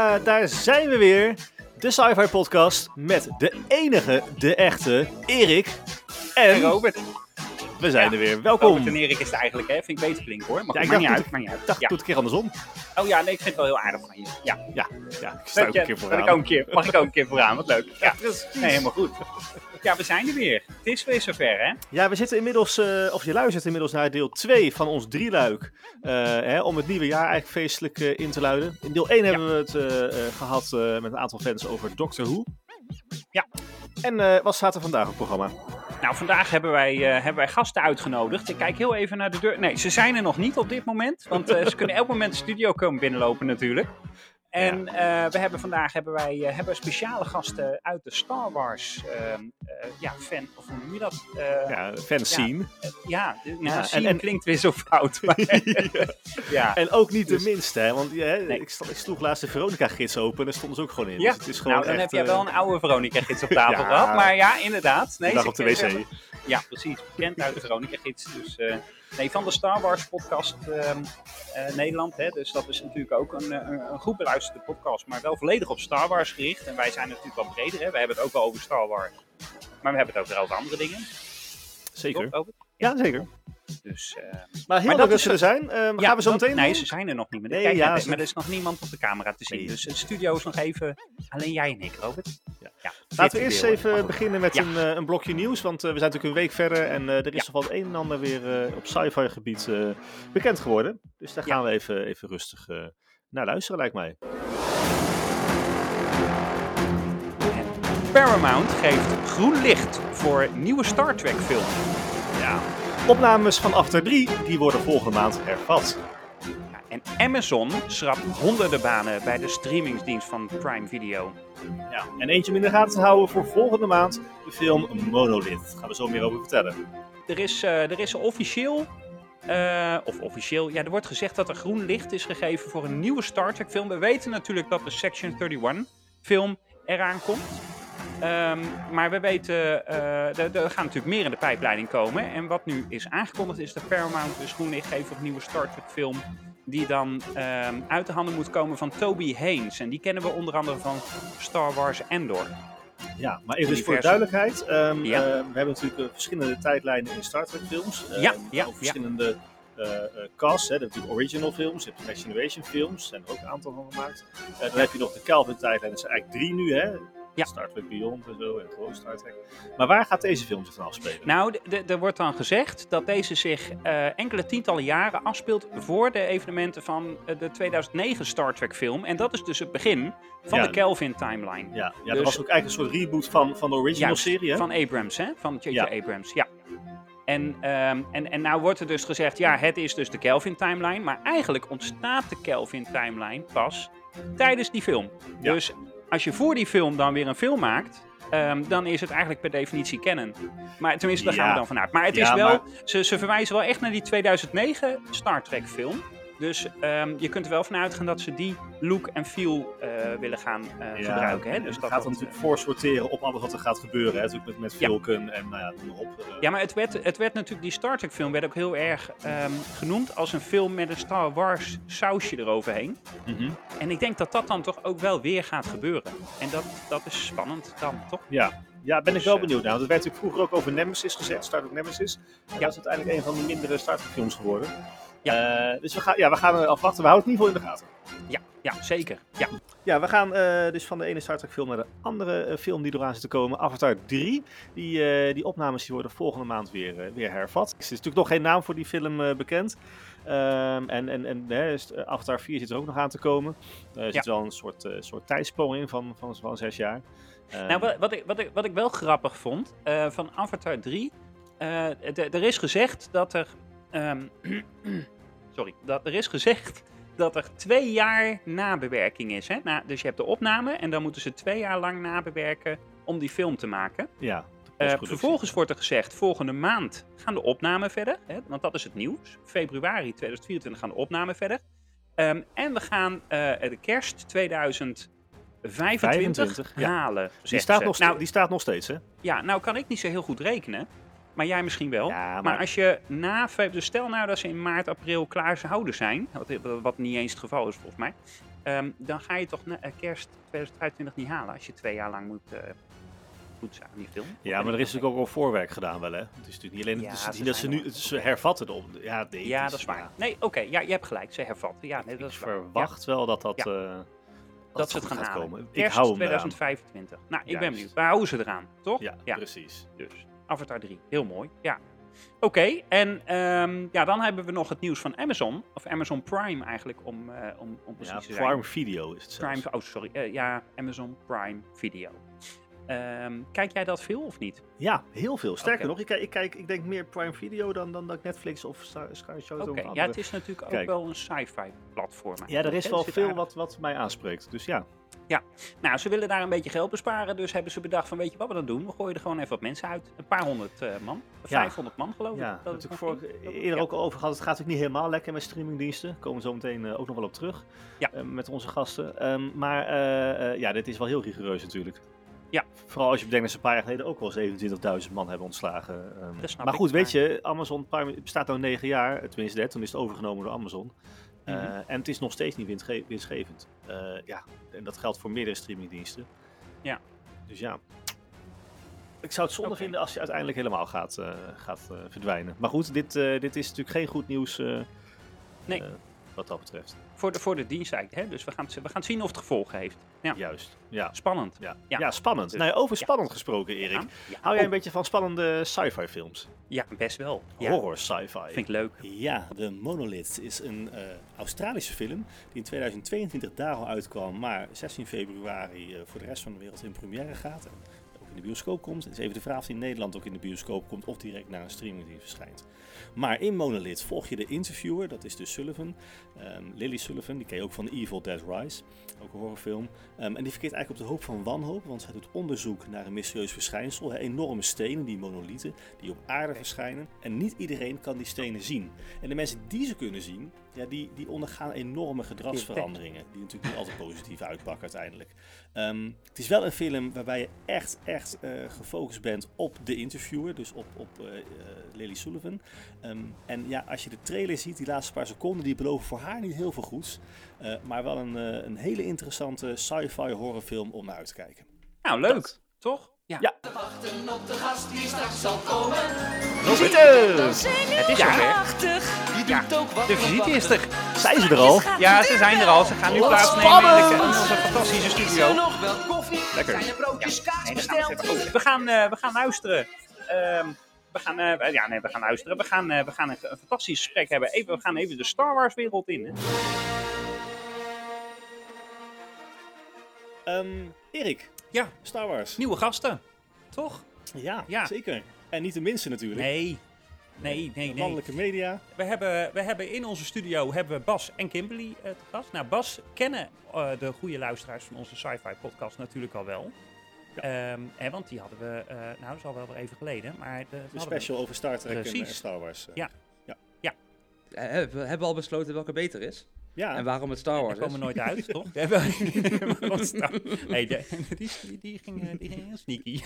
Ja, daar zijn we weer. De Sci-Fi Podcast met de enige, de echte Erik en Robert. We zijn er weer. Welkom. Robert en Erik is het eigenlijk, hè? Vind ik beter klinken, hoor. Maar ik maakt niet dacht, uit. Maakt niet uit. Ik dacht, doe het een keer andersom. Oh ja, nee, ik vind het wel heel aardig van je. Ja, ik sta ook een keer vooraan. Mag ik ook een keer vooraan? Wat leuk. Ja, precies. Nee, helemaal goed. Ja, we zijn er weer. Het is weer zover, hè? Ja, we zitten inmiddels, of je luistert inmiddels naar deel 2 van ons drieluik. Om het nieuwe jaar eigenlijk feestelijk in te luiden. In deel 1 hebben we het gehad met een aantal fans over Doctor Who. Ja. En wat staat er vandaag op het programma? Nou, vandaag hebben wij gasten uitgenodigd. Ik kijk heel even naar de deur. Nee, ze zijn er nog niet op dit moment. Want ze kunnen elk moment de studio komen binnenlopen natuurlijk. En we hebben vandaag speciale gasten uit de Star Wars fan, of hoe noem je dat? Fanscene. Scene klinkt weer zo fout. Maar, ja. En ook niet de minste, hè? Want ik sloeg laatst de Veronica-gids open en daar stonden ze ook gewoon in. Ja, dus het is gewoon dan echt, heb jij wel een oude Veronica-gids op tafel gehad. Maar ja, inderdaad. Nee, dag op de wc. Ja, precies. Bekend uit de Veronica-gids. Dus, van de Star Wars podcast Nederland. Hè? Dus dat is natuurlijk ook een goed beluisterde podcast, maar wel volledig op Star Wars gericht. En wij zijn natuurlijk wat breder. Hè? We hebben het ook wel over Star Wars. Maar we hebben het ook weer over andere dingen. Zeker. Over? Ja, zeker. Dus, maar heel leuk dat ze er zijn. Gaan we zo meteen Nee, ze zijn er nog niet. Maar er is nog niemand op de camera te zien. Nee. Dus de studio is nog even alleen jij en ik, Robert. Ja. Laten we eerst even beginnen met een blokje nieuws. Want we zijn natuurlijk een week verder en er is nog wel het een en ander weer op sci-fi gebied bekend geworden. Dus daar gaan we even rustig naar luisteren, lijkt mij. Paramount geeft groen licht voor nieuwe Star Trek film. Ja. Opnames van Avatar 3 die worden volgende maand hervat. Ja, en Amazon schrapt honderden banen bij de streamingsdienst van Prime Video. Ja, en eentje minder gaten te houden voor volgende maand de film Monolith. Daar gaan we zo meer over vertellen. Er is officieel, er wordt gezegd dat er groen licht is gegeven voor een nieuwe Star Trek film. We weten natuurlijk dat de Section 31 film eraan komt. Maar we weten, er gaan natuurlijk meer in de pijpleiding komen. En wat nu is aangekondigd is dat Paramount dus groen licht geeft voor een nieuwe Star Trek film. Die dan uit de handen moet komen van Toby Haynes. En die kennen we onder andere van Star Wars Andor. Ja, maar even dus voor de duidelijkheid. We hebben natuurlijk verschillende tijdlijnen in Star Trek films. Verschillende casts. Hè. Natuurlijk original films. Je hebt de Next Generation films. Er zijn er ook een aantal van gemaakt. Dan heb je nog de Kelvin tijdlijn. Dat zijn eigenlijk 3 nu, hè. Ja. Star Trek Beyond en zo, en gewoon Star Trek. Maar waar gaat deze film zich van afspelen? Nou, er wordt dan gezegd dat deze zich enkele tientallen jaren afspeelt voor de evenementen van de 2009 Star Trek film. En dat is dus het begin van de Kelvin timeline. Ja, dus dat was ook eigenlijk een soort reboot van de original serie, hè? Van Abrams, hè? Van J.J. Abrams, ja. En nou wordt er dus gezegd, het is dus de Kelvin timeline. Maar eigenlijk ontstaat de Kelvin timeline pas tijdens die film. Ja. Dus als je voor die film dan weer een film maakt, dan is het eigenlijk per definitie canon. Maar tenminste, daar gaan we dan vanuit. Maar het is wel, ze verwijzen wel echt naar die 2009 Star Trek film. Dus je kunt er wel van uitgaan dat ze die look en feel willen gaan gebruiken. Hè? Dus dat gaat dan natuurlijk voorsorteren op alles wat er gaat gebeuren. Hè? Natuurlijk met Vulcan en noem maar op. Ja, maar het werd natuurlijk, die Star Trek film werd ook heel erg genoemd als een film met een Star Wars sausje eroverheen. Mm-hmm. En ik denk dat dat dan toch ook wel weer gaat gebeuren. En dat is spannend dan, toch? Ja, ben ik wel benieuwd naar. Want er werd natuurlijk vroeger ook over Nemesis gezegd, Star Trek Nemesis. En dat is uiteindelijk een van de mindere Star Trek films geworden. Dus we gaan afwachten. We houden het in ieder geval in de gaten. Ja, zeker. Ja, we gaan dus van de ene Star Trek film naar de andere film die eraan zit te komen. Avatar 3. Die opnames die worden volgende maand weer hervat. Er is natuurlijk nog geen naam voor die film bekend. Avatar 4 zit er ook nog aan te komen. Er zit wel een soort tijdsprong in van 6 jaar. Wat ik wel grappig vond van Avatar 3. Er is gezegd dat er... er is gezegd dat er 2 jaar nabewerking is. Hè? Dus je hebt de opname en dan moeten ze 2 jaar lang nabewerken om die film te maken. Ja. Vervolgens wordt er gezegd, volgende maand gaan de opnamen verder. Hè? Want dat is het nieuws. Februari 2024 gaan de opnamen verder. En we gaan de kerst 2025 halen. Die staat nog steeds, hè? Ja, nou kan ik niet zo heel goed rekenen. maar jij misschien wel. Ja, maar als je dus stel nou dat ze in maart, april klaar zouden zijn, wat niet eens het geval is volgens mij, dan ga je toch kerst 2025 niet halen als je 2 jaar lang moet poetsen aan die film. Ja, maar er is natuurlijk ook al voorwerk gedaan wel, hè. Het is natuurlijk niet alleen dat ze nu hervatten de dat is waar. Nee, oké, ja, je hebt gelijk, ze hervatten. Ja, nee, dat is verwacht wel dat dat ze het gaan halen. Komen. Kerst 2025. Nou, ik ben benieuwd. Waar houden ze eraan, toch? Ja, precies. Dus Avatar 3, heel mooi. Ja. Oké, en dan hebben we nog het nieuws van Amazon. Of Amazon Prime eigenlijk, om precies te zijn. Prime Video is het zelfs. Amazon Prime Video. Kijk jij dat veel of niet? Ja, heel veel. Sterker nog, ik denk meer Prime Video dan dat Netflix of Sky Show. Oké, ja, het is natuurlijk ook wel een sci-fi platform. Ja, er is wel veel wat mij aanspreekt, dus ja. Ja, nou, ze willen daar een beetje geld besparen, dus hebben ze bedacht van, weet je wat we dan doen? We gooien er gewoon even wat mensen uit. Een paar honderd man. 500 man geloof ik. Ja, natuurlijk eerder ook al over gehad. Het gaat natuurlijk niet helemaal lekker met streamingdiensten. Daar komen we zo meteen ook nog wel op terug. Ja. Met onze gasten. Maar dit is wel heel rigoureus natuurlijk. Ja. Vooral als je bedenkt dat ze een paar jaar geleden ook wel 27.000 man hebben ontslagen. Maar goed, weet je, Amazon Prime bestaat nu 9 jaar. Tenminste, toen is het overgenomen door Amazon. En het is nog steeds niet winstgevend. En dat geldt voor meerdere streamingdiensten. Ja. Dus ja. Ik zou het zonde vinden als je uiteindelijk helemaal gaat verdwijnen. Maar goed, dit is natuurlijk geen goed nieuws wat dat betreft. Voor de dienst eigenlijk, hè? Dus we gaan zien of het gevolgen heeft. Ja. Juist, ja. Spannend. Ja, spannend. Dus, over spannend gesproken, Erik. Hou jij een beetje van spannende sci-fi films? Ja, best wel. Ja. Horror sci-fi. Vind ik leuk. Ja, The Monolith is een Australische film die in 2022 daar al uitkwam, maar 16 februari voor de rest van de wereld in première gaat. En ook in de bioscoop komt. Het is even de vraag of die in Nederland ook in de bioscoop komt of direct naar een streamingdienst verschijnt. Maar in Monolith volg je de interviewer, dat is dus Sullivan, Lily Sullivan, die ken je ook van Evil Dead Rise, ook een horrorfilm. En die verkeert eigenlijk op de hoop van wanhoop, want zij doet onderzoek naar een mysterieus verschijnsel, enorme stenen, die monolithen, die op aarde verschijnen. En niet iedereen kan die stenen zien. En de mensen die ze kunnen zien, die ondergaan enorme gedragsveranderingen, die natuurlijk niet altijd positief uitpakken uiteindelijk. Het is wel een film waarbij je echt gefocust bent op de interviewer, dus op Lily Sullivan. En ja, als je de trailer ziet, die laatste paar seconden, die beloven voor haar niet heel veel goeds. Maar wel een hele interessante sci-fi horrorfilm om naar uit te kijken. Nou, leuk. Toch? Ja. We wachten op de gast die straks zal komen. Visite! Het is prachtig. Die doet ook wat de visite is er. Zijn ze er al? Ja, ze zijn er al. Ze gaan nu plaatsnemen in onze fantastische studio. Is er nog wel koffie? Lekker. Zijn er broodjes kaas besteld? We gaan luisteren. We gaan luisteren. We gaan een fantastisch gesprek hebben. We gaan even de Star Wars wereld in. Hè? Erik. Ja. Star Wars. Nieuwe gasten. Toch? Ja, zeker. En niet de minste natuurlijk. Nee. Mannelijke media. We hebben in onze studio Bas en Kimberly te gast. Nou, Bas kennen de goede luisteraars van onze sci-fi podcast natuurlijk al wel. Ja. Want die hadden we, dat is al wel weer even geleden. Maar de special over Star Trek en Star Wars. Ja. We hebben al besloten welke beter is. Ja. En waarom het Star Wars is. Die komen nooit uit, toch? Die ging heel sneaky.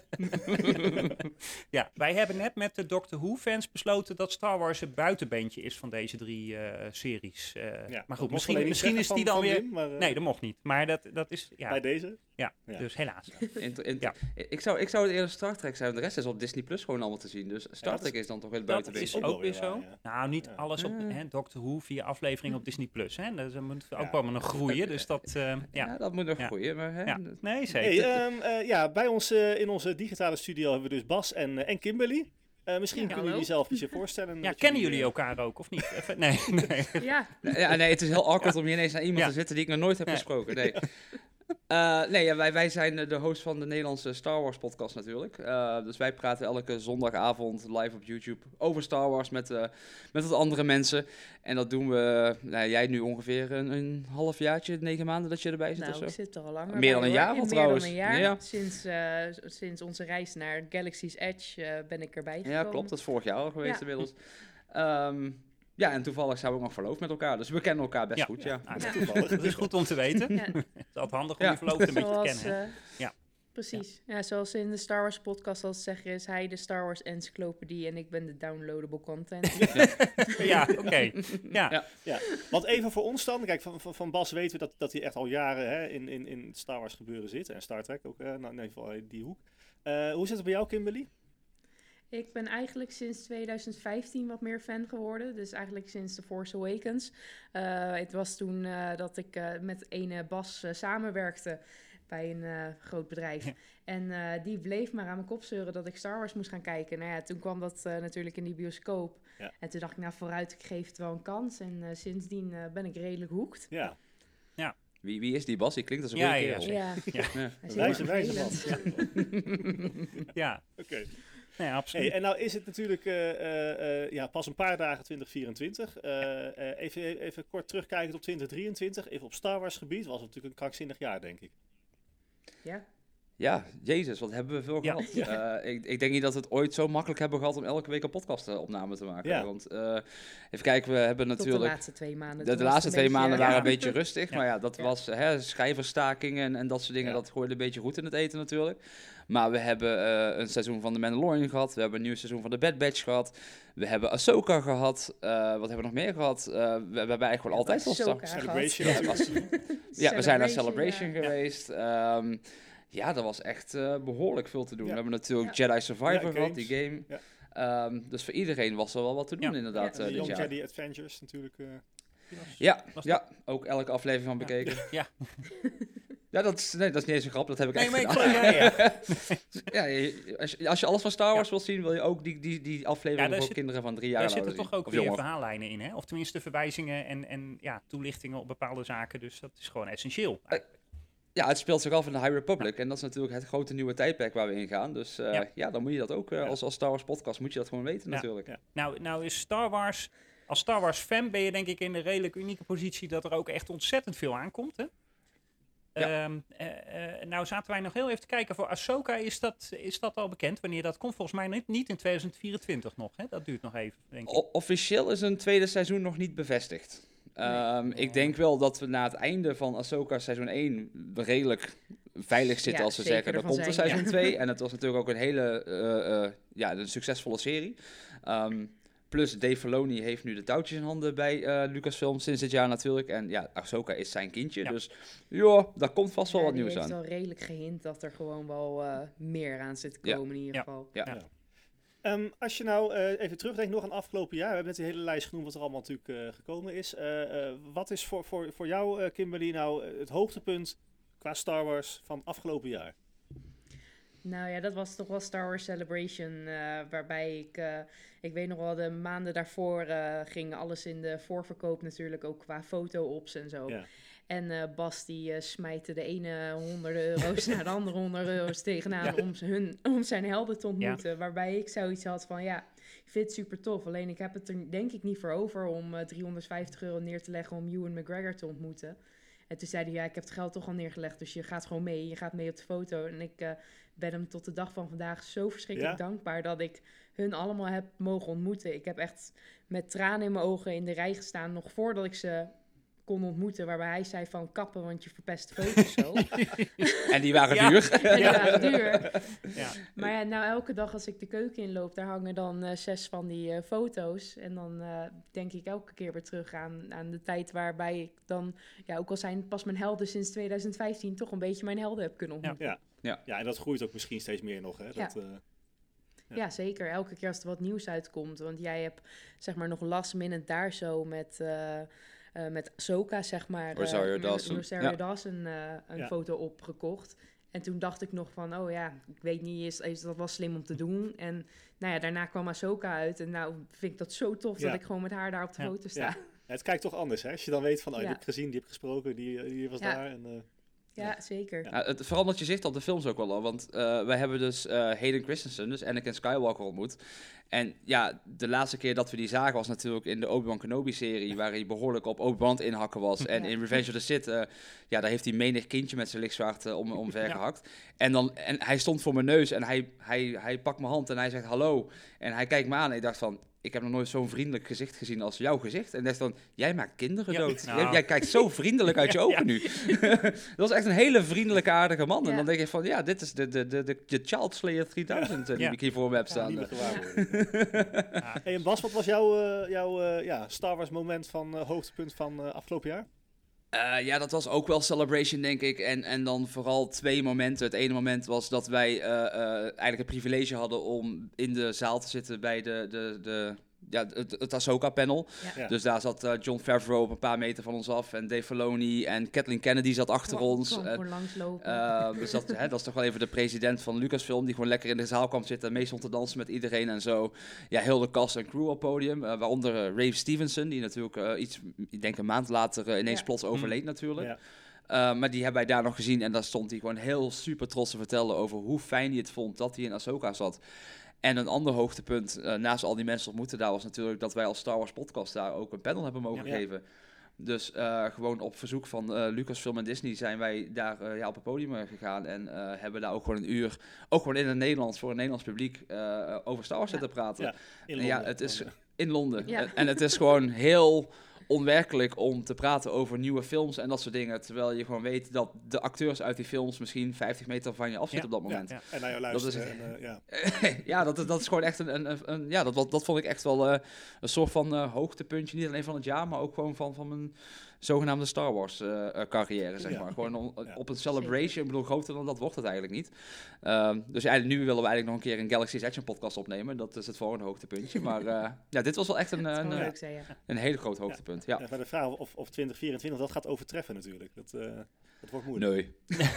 Ja, wij hebben net met de Doctor Who fans besloten dat Star Wars het buitenbeentje is van deze 3 series. Maar goed, misschien is die dan weer... Nee, dat mocht niet. Maar dat is... Ja. Bij deze? Ja, dus helaas. Ik zou het eerder Star Trek zijn. De rest is op Disney Plus gewoon allemaal te zien. Dus Star Trek is dan toch weer het buitenbeentje. Dat is ook weer zo. Nou, niet alles op Doctor Who via aflevering op Disney Plus. Hè? Dat moet ook wel nog groeien. Dus dat, dat moet nog groeien. Maar, Nee, zeker. Hey, bij ons in onze digitale studio hebben we dus Bas en Kimberly. Misschien kunnen jullie zelf je voorstellen. Ja, kennen jullie elkaar ook, of niet? Even, nee. Nee, het is heel awkward om hier ineens naar iemand te zitten die ik nog nooit heb gesproken. Nee. Wij zijn de host van de Nederlandse Star Wars podcast natuurlijk. Dus wij praten elke zondagavond live op YouTube over Star Wars met wat andere mensen. En dat doen we, jij nu ongeveer een halfjaartje, 9 maanden dat je erbij zit of zo? Ik zit er al langer Meer dan een jaar al trouwens. Meer dan een jaar. Ja. Sinds onze reis naar Galaxy's Edge ben ik erbij gekomen. Ja, klopt. Dat is vorig jaar al geweest inmiddels. En toevallig zijn we ook nog verloofd met elkaar. Dus we kennen elkaar best goed, toevallig. Dat is goed om te weten. Het is altijd handig om je verloofde een beetje te kennen. Precies. Ja, zoals in de Star Wars podcast al zeggen, is hij de Star Wars encyclopedie en ik ben de downloadable content. Ja, oké. Ja. Want even voor ons dan, kijk, van Bas weten we dat hij echt al jaren in Star Wars gebeuren zit. En Star Trek ook, in ieder geval die hoek. Hoe zit het bij jou, Kimberly? Ik ben eigenlijk sinds 2015 wat meer fan geworden. Dus eigenlijk sinds The Force Awakens. Het was toen dat ik met ene Bas samenwerkte bij een groot bedrijf. Ja. En die bleef maar aan mijn kop zeuren dat ik Star Wars moest gaan kijken. Nou ja, toen kwam dat natuurlijk in die bioscoop. Ja. En toen dacht ik, nou vooruit, ik geef het wel een kans. En sindsdien ben ik redelijk hooked. Ja. Ja. Wie is die Bas? Die klinkt als een goede kerel. Ja. Wijze Bas. Ja. Oké. Nee, absoluut. Hey, en nou is het natuurlijk pas een paar dagen 2024. Even kort terugkijken op 2023. Even op Star Wars gebied. Was het natuurlijk een krankzinnig jaar, denk ik. Ja. Ja, jezus, wat hebben we veel gehad. Ja. Ik denk niet dat we het ooit zo makkelijk hebben gehad om elke week een podcastopname te maken. Ja. Want even kijken, we hebben natuurlijk... Tot de laatste 2 maanden. De laatste 2 maanden waren een beetje rustig. Ja. Maar ja, dat was schrijverstakingen en dat soort dingen. Dat gooide een beetje goed in het eten natuurlijk. Maar we hebben een seizoen van The Mandalorian gehad. We hebben een nieuw seizoen van The Bad Batch gehad. We hebben Ahsoka gehad. Wat hebben we nog meer gehad? We hebben eigenlijk gewoon altijd wel Star Wars. Celebration. Ja, we zijn naar Celebration geweest. Ja, dat was echt behoorlijk veel te doen. Ja. We hebben natuurlijk Jedi Survivor gehad, die game. Ja. Dus voor iedereen was er wel wat te doen inderdaad. De Young Jedi Adventures natuurlijk. Ook elke aflevering van bekeken. Ja. Ja, dat is niet eens een grap, dat heb ik echt gedaan. Als je alles van Star Wars wilt zien, wil je ook die aflevering voor kinderen van 3 jaar oud zien. Daar zitten toch ook weer verhaallijnen in, hè? Of tenminste verwijzingen en toelichtingen op bepaalde zaken. Dus dat is gewoon essentieel. Ja, het speelt zich af in de High Republic. En dat is natuurlijk het grote nieuwe tijdperk waar we in gaan. Dus dan moet je dat ook, als Star Wars podcast, moet je dat gewoon weten natuurlijk. Ja. Nou is Star Wars, als Star Wars fan ben je denk ik in de redelijk unieke positie dat er ook echt ontzettend veel aankomt, hè? Ja. Nou zaten wij nog heel even te kijken voor Ahsoka. Is dat al bekend? Wanneer dat komt? Volgens mij niet in 2024 nog. Hè? Dat duurt nog even, denk ik. Officieel is een tweede seizoen nog niet bevestigd. Ik denk wel dat we na het einde van Ahsoka seizoen 1 redelijk veilig zitten als we zeggen. Er komt er seizoen 2. En het was natuurlijk ook een hele een succesvolle serie. Plus Dave Filoni heeft nu de touwtjes in handen bij Lucasfilm sinds dit jaar natuurlijk. En ja, Ahsoka is zijn kindje. Ja. Dus daar komt vast wel wat nieuws aan. Het is wel redelijk gehint dat er gewoon wel meer aan zit te komen in ieder geval. Ja. Als je nou even terugdenkt nog aan afgelopen jaar. We hebben net die hele lijst genoemd wat er allemaal natuurlijk gekomen is. Wat is voor jou, Kimberly, nou het hoogtepunt qua Star Wars van afgelopen jaar? Nou ja, dat was toch wel Star Wars Celebration, waarbij ik weet nog wel, de maanden daarvoor ging alles in de voorverkoop natuurlijk, ook qua foto-ops en zo. Ja. En Bas die smijtte de ene €100 naar de andere €100 tegenaan om zijn helden te ontmoeten. Ja. Waarbij ik zoiets had van, ik vind het super tof. Alleen ik heb het er denk ik niet voor over om €350 neer te leggen om Ewan McGregor te ontmoeten. En toen zei hij, ik heb het geld toch al neergelegd, dus je gaat gewoon mee. Je gaat mee op de foto. En ik ben hem tot de dag van vandaag zo verschrikkelijk dankbaar dat ik hun allemaal heb mogen ontmoeten. Ik heb echt met tranen in mijn ogen in de rij gestaan, nog voordat ik ze kon ontmoeten, waarbij hij zei van kappen, want je verpest foto's zo. En die waren duur. En die waren duur. Ja. Maar ja, nou elke dag als ik de keuken inloop, daar hangen dan 6 van die foto's. En dan denk ik elke keer weer terug aan de tijd waarbij ik dan, ook al zijn pas mijn helden sinds 2015, toch een beetje mijn helden heb kunnen ontmoeten. Ja, en dat groeit ook misschien steeds meer nog, hè? Ja, zeker. Elke keer als er wat nieuws uitkomt. Want jij hebt, zeg maar, nog last minute daar zo met Ahsoka, zeg maar. Rosario Dawson een foto opgekocht. En toen dacht ik nog van, ik weet niet, is dat wel slim om te doen? En daarna kwam Ahsoka uit. En nou vind ik dat zo tof dat ik gewoon met haar daar op de foto sta. Ja. Het kijkt toch anders, hè? Als je dan weet van, die heb ik gezien, die heb ik gesproken, die was daar. En, ja, zeker. Ja, het verandert je zicht op de films ook wel al. Want wij hebben dus Hayden Christensen, dus Anakin Skywalker ontmoet. En ja, de laatste keer dat we die zagen was natuurlijk in de Obi-Wan Kenobi-serie, waar hij behoorlijk op Obi-Wan inhakken was. En in Revenge of the Sith, daar heeft hij menig kindje met zijn lichtzwaard omver gehakt. En hij stond voor mijn neus en hij pakt mijn hand en hij zegt hallo. En hij kijkt me aan en ik dacht van, ik heb nog nooit zo'n vriendelijk gezicht gezien als jouw gezicht. En ik dacht van, jij maakt kinderen dood. Jij kijkt zo vriendelijk uit je ogen nu. Dat was echt een hele vriendelijke, aardige man. En dan denk je van, ja, dit is de Child Slayer 3000 die ik hier voor me heb staan. Hey, en Bas, wat was jouw Star Wars moment van hoogtepunt van afgelopen jaar? Ja, dat was ook wel Celebration, denk ik. En dan vooral 2 momenten. Het ene moment was dat wij eigenlijk het privilege hadden om in de zaal te zitten bij het Ahsoka-panel. Ja. Dus daar zat Jon Favreau op een paar meter van ons af. En Dave Filoni en Kathleen Kennedy zat achter ons. Gewoon langslopen. Dus dat is toch wel even de president van Lucasfilm, die gewoon lekker in de zaal kwam zitten en mee stond te dansen met iedereen en zo. Ja, heel de cast en crew op podium. Waaronder Rave Stevenson, die natuurlijk ik denk een maand later ineens plots overleed natuurlijk. Ja. Maar die hebben wij daar nog gezien en daar stond hij gewoon heel super trots te vertellen over hoe fijn hij het vond dat hij in Ahsoka zat. En een ander hoogtepunt, naast al die mensen ontmoeten daar, was natuurlijk dat wij als Star Wars podcast daar ook een panel hebben mogen geven. Dus gewoon op verzoek van Lucasfilm en Disney zijn wij daar op het podium gegaan. En hebben daar ook gewoon een uur, ook gewoon in het Nederlands, voor een Nederlands publiek, over Star Wars zitten praten. Ja, in Londen. Het is in Londen. Ja. En het is gewoon heel onwerkelijk om te praten over nieuwe films en dat soort dingen. Terwijl je gewoon weet dat de acteurs uit die films misschien 50 meter van je af zitten op dat moment. Ja. En naar jou luisteren. Dat is gewoon echt dat vond ik echt wel een soort van hoogtepuntje. Niet alleen van het jaar, maar ook gewoon van mijn zogenaamde Star Wars carrière, zeg maar. Gewoon op een celebration. Ik bedoel, groter dan dat wordt het eigenlijk niet. Dus eigenlijk, nu willen we eigenlijk nog een keer een Galaxy's Edge podcast opnemen. Dat is het volgende hoogtepuntje. Maar dit was wel echt een hele groot hoogtepunt. Ja. Maar de vraag of 2024 dat gaat overtreffen natuurlijk. Dat wordt moeilijk.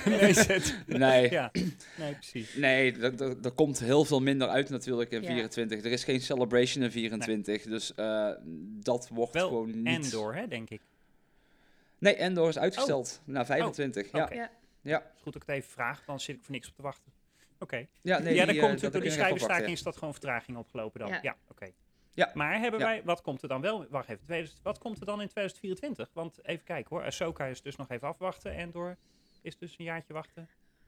Nee. Nee, precies. Nee, er komt heel veel minder uit natuurlijk in 24. Er is geen celebration in 24. Nee. Dus dat wordt wel gewoon niet... Endor, hè, denk ik. Nee, Endor is uitgesteld naar 25. Okay. Ja. Is goed dat ik het even vraag, dan zit ik voor niks op te wachten. Oké. Ja, dan komt het door die schrijversstaking is dat gewoon vertraging opgelopen dan. Ja, oké. Ja. Maar wat komt er dan wel? Wacht even, wat komt er dan in 2024? Want even kijken hoor, Ahsoka is dus nog even afwachten. Endor is dus een jaartje wachten.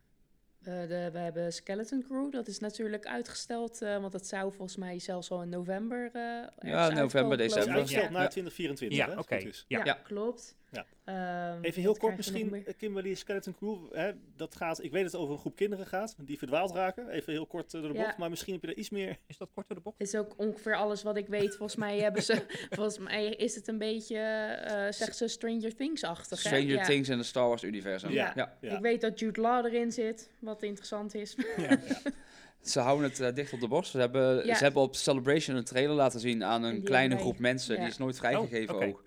We hebben Skeleton Crew, dat is natuurlijk uitgesteld, want dat zou volgens mij zelfs al in november november, december. Uitgesteld naar 2024. Ja, oké. Ja, klopt. Ja. Even heel kort misschien, Kimberly, Skeleton Crew, dat gaat, ik weet dat het over een groep kinderen gaat, die verdwaald raken. Even heel kort door de bocht, maar misschien heb je er iets meer... Is dat kort door de bocht? Is ook ongeveer alles wat ik weet. Volgens mij is het een beetje, zeggen ze, Stranger Things-achtig. Stranger Things in de Star Wars-universum. Ja. Ik weet dat Jude Law erin zit, wat interessant is. Ze houden het dicht op de borst. Ze hebben op Celebration een trailer laten zien aan een kleine groep mensen. Die is nooit vrijgegeven ook.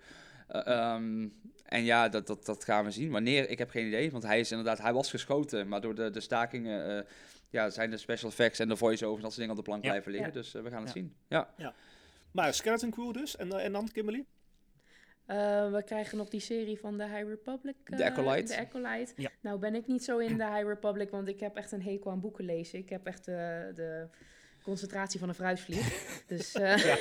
En ja, dat gaan we zien. Wanneer? Ik heb geen idee. Want hij was geschoten. Maar door de stakingen zijn de special effects en de voice-overs en dat soort dingen op de plank blijven liggen. Dus we gaan het zien. Ja. Maar Skeleton Crew dus. En dan, Kimberly? We krijgen nog die serie van de High Republic. De Acolyte. Ja. Nou ben ik niet zo in de High Republic, want ik heb echt een hekel aan boeken lezen. Ik heb echt de concentratie van een fruitvlieg. Dus,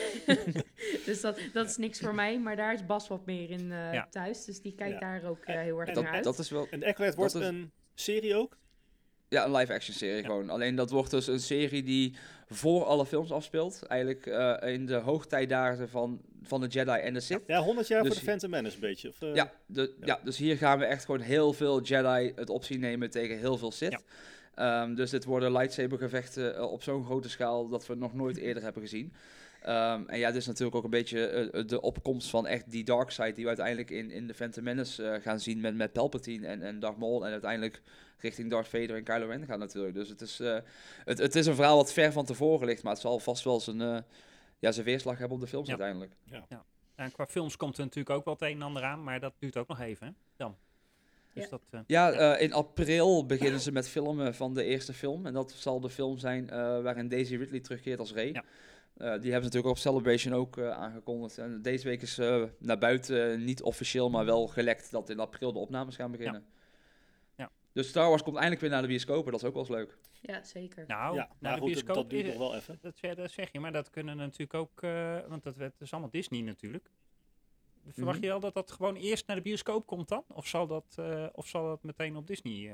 dus dat is niks voor mij. Maar daar is Bas wat meer in thuis. Dus die kijkt daar ook heel erg naar uit. Dat is wel, en de Acolyte wordt een serie ook? Ja, een live-action serie gewoon. Alleen dat wordt dus een serie die voor alle films afspeelt. Eigenlijk in de hoogtijdagen van de Jedi en de Sith. Ja, 100 jaar dus voor de Phantom Menace een beetje. Of, dus hier gaan we echt gewoon heel veel Jedi het op zien nemen tegen heel veel Sith. Ja. Dus dit worden lightsaber-gevechten op zo'n grote schaal dat we nog nooit eerder hebben gezien. En dit is natuurlijk ook een beetje de opkomst van echt die dark side die we uiteindelijk in de Phantom Menace gaan zien met Palpatine en Darth Maul en uiteindelijk richting Darth Vader en Kylo Ren gaan natuurlijk. Dus het is een verhaal wat ver van tevoren ligt, maar het zal vast wel zijn weerslag hebben op de films uiteindelijk. Ja. En qua films komt er natuurlijk ook wel het een en ander aan, maar dat duurt ook nog even, hè? Dan. Dus in april beginnen ze met filmen van de eerste film. En dat zal de film zijn waarin Daisy Ridley terugkeert als Rey. Ja. Die hebben ze natuurlijk op Celebration ook aangekondigd. En deze week is naar buiten niet officieel, maar wel gelekt dat in april de opnames gaan beginnen. Ja. Dus Star Wars komt eindelijk weer naar de bioscopen, dat is ook wel eens leuk. Ja, zeker. Nou, Ja, naar de bioscoop dat duurt nog wel even. Dat zeg je, maar dat kunnen natuurlijk ook... want dat is allemaal Disney natuurlijk. Verwacht je wel dat dat gewoon eerst naar de bioscoop komt dan? Of zal dat meteen op Disney...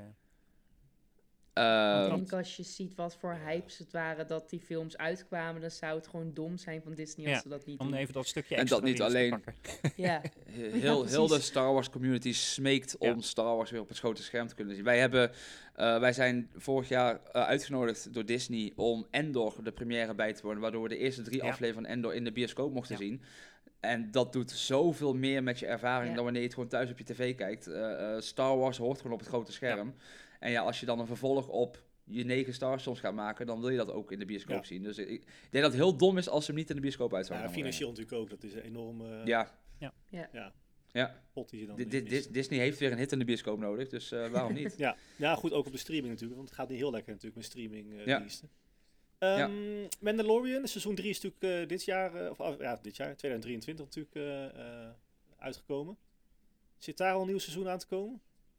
Ik denk als je ziet wat voor hypes het waren dat die films uitkwamen, dan zou het gewoon dom zijn van Disney als ze dat niet doen. Om even dat stukje extra en dat niet alleen. Ja. Heel de Star Wars community smeekt om Star Wars weer op het grote scherm te kunnen zien. Wij zijn vorig jaar uitgenodigd door Disney om Endor de première bij te wonen, waardoor we de eerste 3 afleveringen van Endor in de bioscoop mochten zien. En dat doet zoveel meer met je ervaring dan wanneer je het gewoon thuis op je tv kijkt. Star Wars hoort gewoon op het grote scherm. Ja. En ja, als je dan een vervolg op je 9 Star Wars films gaat maken, dan wil je dat ook in de bioscoop zien. Dus ik denk dat het heel dom is als ze hem niet in de bioscoop uit zouden brengen. Financieel natuurlijk ook. Dat is een enorm pot die je dan Disney heeft weer een hit in de bioscoop nodig, dus waarom niet? Ja, goed, ook op de streaming natuurlijk, want het gaat niet heel lekker natuurlijk met streamingdiensten. Mandalorian, seizoen 3 is natuurlijk dit jaar, dit jaar, 2023 natuurlijk uitgekomen. Zit daar al een nieuw seizoen aan te komen?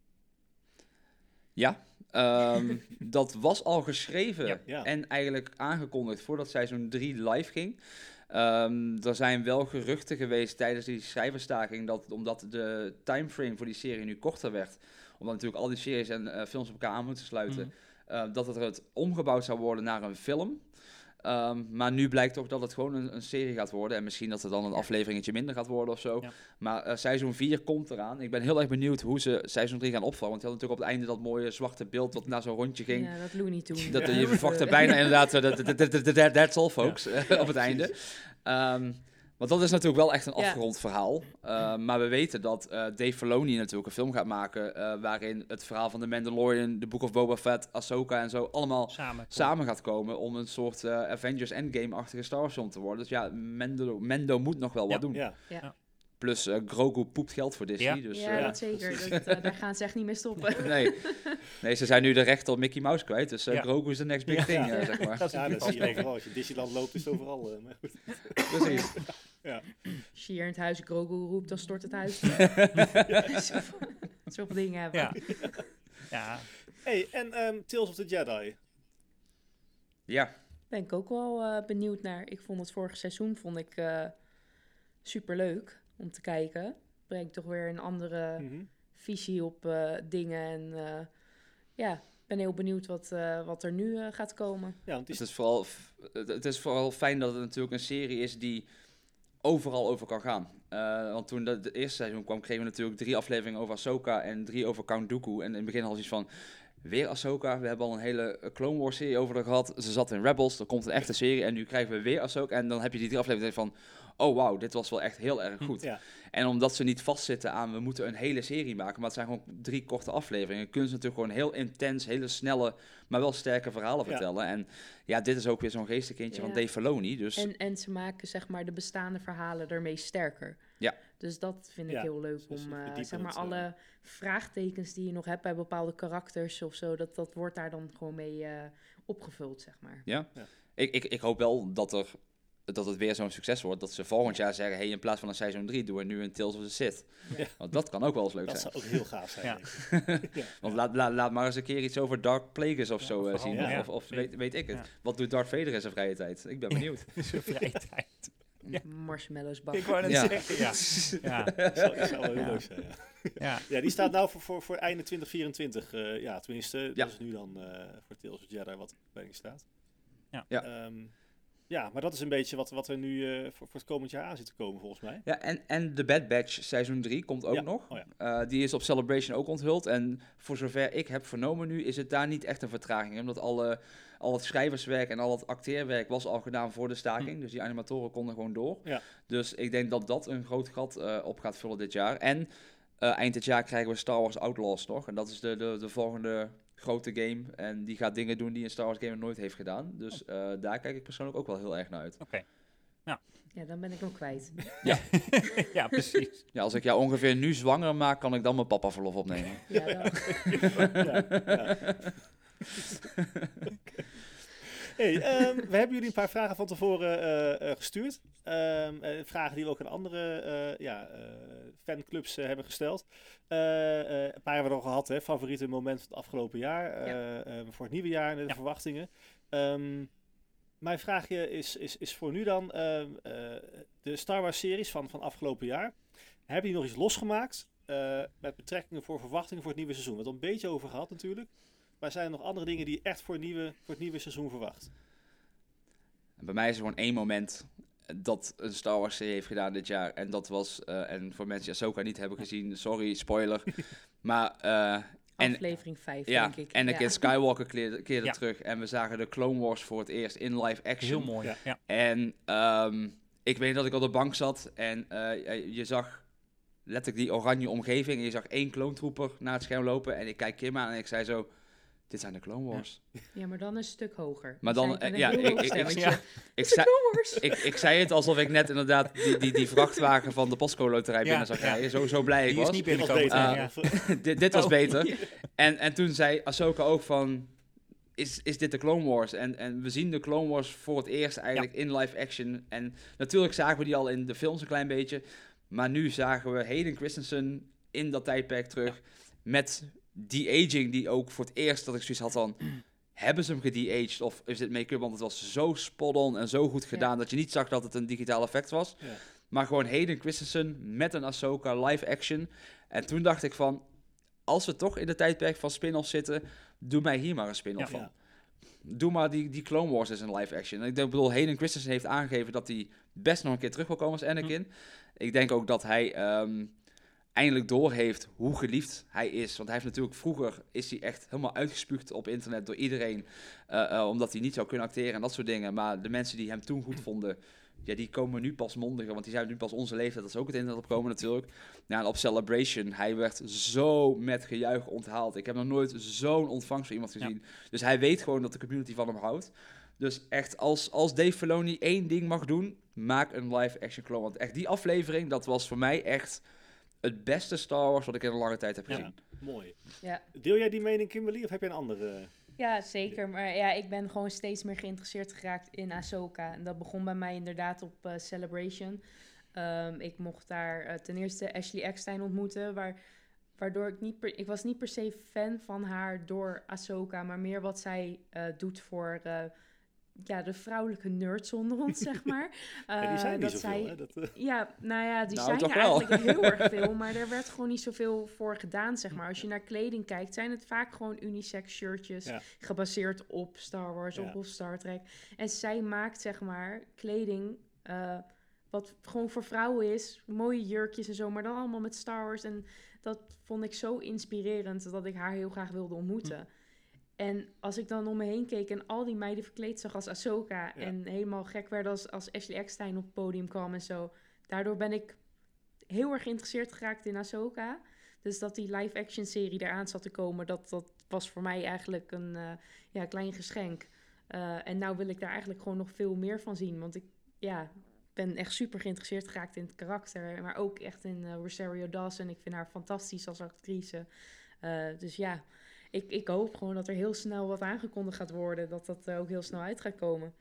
Ja, dat was al geschreven en eigenlijk aangekondigd voordat seizoen 3 live ging. Er zijn wel geruchten geweest tijdens die schrijversstaking dat omdat de timeframe voor die serie nu korter werd, omdat natuurlijk al die series en films op elkaar aan moeten sluiten, dat het omgebouwd zou worden naar een film. Maar nu blijkt toch dat het gewoon een serie gaat worden. En misschien dat het dan een afleveringetje minder gaat worden of zo. Ja. Maar seizoen 4 komt eraan. Ik ben heel erg benieuwd hoe ze seizoen 3 gaan opvallen. Want je had natuurlijk op het einde dat mooie zwarte beeld dat naar zo'n rondje ging. Ja, dat Looney Tunes. Je verwachtte bijna inderdaad, that's all folks, op het einde. Want dat is natuurlijk wel echt een afgerond verhaal. Maar we weten dat Dave Filoni natuurlijk een film gaat maken waarin het verhaal van The Mandalorian, The Book of Boba Fett, Ahsoka en zo allemaal samen gaat komen om een soort Avengers Endgame-achtige Star Wars film te worden. Dus ja, Mando moet nog wel wat doen. Ja. Plus Grogu poept geld voor Disney. Ja, dus, dat zeker. Daar gaan ze echt niet mee stoppen. Nee, ze zijn nu de rechten op Mickey Mouse kwijt. Dus Grogu is de next big thing, zeg maar. Dat zie je overal. Als je Disneyland loopt, is het overal. Maar goed. Precies. Als je hier in het huis Grogu roept, dan stort het huis. Zoveel dingen hebben. Ja. Hey, en Tales of the Jedi? Ja. Ben ik ook wel benieuwd naar. Ik vond het vorige seizoen superleuk om te kijken. Brengt toch weer een andere visie op dingen. En ben heel benieuwd wat er nu gaat komen. Ja, het is vooral fijn dat het natuurlijk een serie is die overal over kan gaan. Want toen de eerste seizoen kwam, kregen we natuurlijk 3 afleveringen over Ahsoka en 3 over Count Dooku. En in het begin had je iets van, weer Ahsoka. We hebben al een hele Clone Wars serie over haar gehad. Ze zat in Rebels, er komt een echte serie en nu krijgen we weer Ahsoka. En dan heb je die 3 afleveringen van, oh wauw, dit was wel echt heel erg goed. Ja. En omdat ze niet vastzitten aan, we moeten een hele serie maken, maar het zijn gewoon 3 korte afleveringen, kunnen ze natuurlijk gewoon heel intens, hele snelle, maar wel sterke verhalen vertellen. En ja, dit is ook weer zo'n geestenkindje van Dave Filoni. Dus. En ze maken zeg maar de bestaande verhalen ermee sterker. Ja. Dus dat vind ik heel leuk om zeg maar alle vraagtekens die je nog hebt bij bepaalde karakters of zo, dat wordt daar dan gewoon mee opgevuld, zeg maar. Ja. Ik hoop wel dat het weer zo'n succes wordt, dat ze volgend jaar zeggen, hey, in plaats van een seizoen 3 doen we nu een Tales of the Sith. Ja. Want dat kan ook wel eens leuk zijn. Dat zou ook heel gaaf zijn. Want laat maar eens een keer iets over Dark Plagueis of zo zien. Ja. Of weet ik het. Ja. Wat doet Darth Vader in zijn vrije tijd? Ik ben benieuwd. Zijn vrije tijd. Marshmallows bakken. Ik wou net zeggen. Ja. Dat zou wel heel leuk zijn. Ja, die staat nou voor einde 2024. Tenminste, dat is nu dan voor Tales of Jedi wat planning staat. Ja, maar dat is een beetje wat er nu voor het komend jaar aan zit te komen, volgens mij. Ja, en The Bad Batch seizoen 3 komt ook nog. Oh, ja. Die is op Celebration ook onthuld. En voor zover ik heb vernomen nu, is het daar niet echt een vertraging. Omdat al het schrijverswerk en al het acteerwerk was al gedaan voor de staking. Dus die animatoren konden gewoon door. Ja. Dus ik denk dat dat een groot gat op gaat vullen dit jaar. En eind dit jaar krijgen we Star Wars Outlaws nog. En dat is de volgende grote game. En die gaat dingen doen die een Star Wars game nooit heeft gedaan. Dus daar kijk ik persoonlijk ook wel heel erg naar uit. Oké. Ja, dan ben ik hem kwijt. Ja. Ja, precies. Ja, als ik jou ongeveer nu zwanger maak, kan ik dan mijn papa verlof opnemen. Ja, dan. Hey, we hebben jullie een paar vragen van tevoren gestuurd. Vragen die we ook aan andere fanclubs hebben gesteld. Een paar hebben we al gehad, hè? Favoriete moment van het afgelopen jaar. Voor het nieuwe jaar en de verwachtingen. Mijn vraagje is voor nu dan de Star Wars series van afgelopen jaar. Hebben jullie nog iets losgemaakt met betrekkingen voor verwachtingen voor het nieuwe seizoen? We hebben het al een beetje over gehad natuurlijk. Maar zijn er nog andere dingen die je echt voor het nieuwe seizoen verwacht? Bij mij is er gewoon 1 moment dat een Star Wars serie heeft gedaan dit jaar. En dat was, en voor mensen die Ahsoka niet hebben gezien, sorry, spoiler. Maar... aflevering 5, denk ik. En Anakin Skywalker keerde terug. En we zagen de Clone Wars voor het eerst in live action. Heel mooi, ja. En ik weet dat ik op de bank zat en je zag letterlijk die oranje omgeving. En je zag 1 kloontrooper naar het scherm lopen. En ik kijk Kim aan en ik zei zo... Dit zijn de Clone Wars. Ja, maar dan een stuk hoger. Maar dan, ik zei het alsof ik net inderdaad die vrachtwagen van de Postco Loterij binnen zag rijden. Zo blij ik was. Die is niet binnenkomen. Dit was beter. En toen zei Ahsoka ook van... Is dit de Clone Wars? En we zien de Clone Wars voor het eerst eigenlijk in live action. En natuurlijk zagen we die al in de films een klein beetje. Maar nu zagen we Hayden Christensen in dat tijdperk terug. Met die aging die ook voor het eerst dat ik zoiets had van... Hebben ze hem gede-aged of is dit make-up? Want het was zo spot-on en zo goed gedaan... dat je niet zag dat het een digitaal effect was. Ja. Maar gewoon Hayden Christensen met een Ahsoka live action. En toen dacht ik van... Als we toch in de tijdperk van spin-offs zitten... Doe mij hier maar een spin-off van. Ja. Doe maar die Clone Wars is een live action. En ik bedoel, Hayden Christensen heeft aangegeven... dat hij best nog een keer terug wil komen als Anakin. Ik denk ook dat hij... eindelijk doorheeft hoe geliefd hij is. Want hij heeft natuurlijk vroeger... is hij echt helemaal uitgespuugd op internet door iedereen. Omdat hij niet zou kunnen acteren en dat soort dingen. Maar de mensen die hem toen goed vonden... Ja, die komen nu pas mondiger. Want die zijn nu pas onze leeftijd. Dat is ook het internet opkomen natuurlijk. Nou, en op Celebration... Hij werd zo met gejuich onthaald. Ik heb nog nooit zo'n ontvangst voor iemand gezien. Ja. Dus hij weet gewoon dat de community van hem houdt. Dus echt, als Dave Filoni 1 ding mag doen... Maak een live-action Clone. Want echt die aflevering... Dat was voor mij echt... Het beste Star Wars wat ik in een lange tijd heb gezien. Mooi. Ja. Deel jij die mening, Kimberly, of heb je een andere? Ja, zeker. Maar ja, ik ben gewoon steeds meer geïnteresseerd geraakt in Ahsoka. En dat begon bij mij inderdaad op Celebration. Ik mocht daar ten eerste Ashley Eckstein ontmoeten, waardoor ik was niet per se fan van haar door Ahsoka, maar meer wat zij doet voor... de vrouwelijke nerds onder ons, zeg maar. Die zijn niet zoveel, hè? Ja, nou ja, die zijn er eigenlijk heel erg veel, maar er werd gewoon niet zoveel voor gedaan, zeg maar. Als je naar kleding kijkt, zijn het vaak gewoon unisex shirtjes, gebaseerd op Star Wars of op Star Trek. En zij maakt, zeg maar, kleding wat gewoon voor vrouwen is, mooie jurkjes en zo, maar dan allemaal met Star Wars. En dat vond ik zo inspirerend, dat ik haar heel graag wilde ontmoeten. En als ik dan om me heen keek en al die meiden verkleed zag als Ahsoka... en helemaal gek werd als Ashley Eckstein op het podium kwam en zo... daardoor ben ik heel erg geïnteresseerd geraakt in Ahsoka. Dus dat die live-action serie eraan zat te komen... dat was voor mij eigenlijk een klein geschenk. En nou wil ik daar eigenlijk gewoon nog veel meer van zien. Want ik ben echt super geïnteresseerd geraakt in het karakter... maar ook echt in Rosario Dawson. Ik vind haar fantastisch als actrice. Dus ja... Ik hoop gewoon dat er heel snel wat aangekondigd gaat worden. Dat ook heel snel uit gaat komen.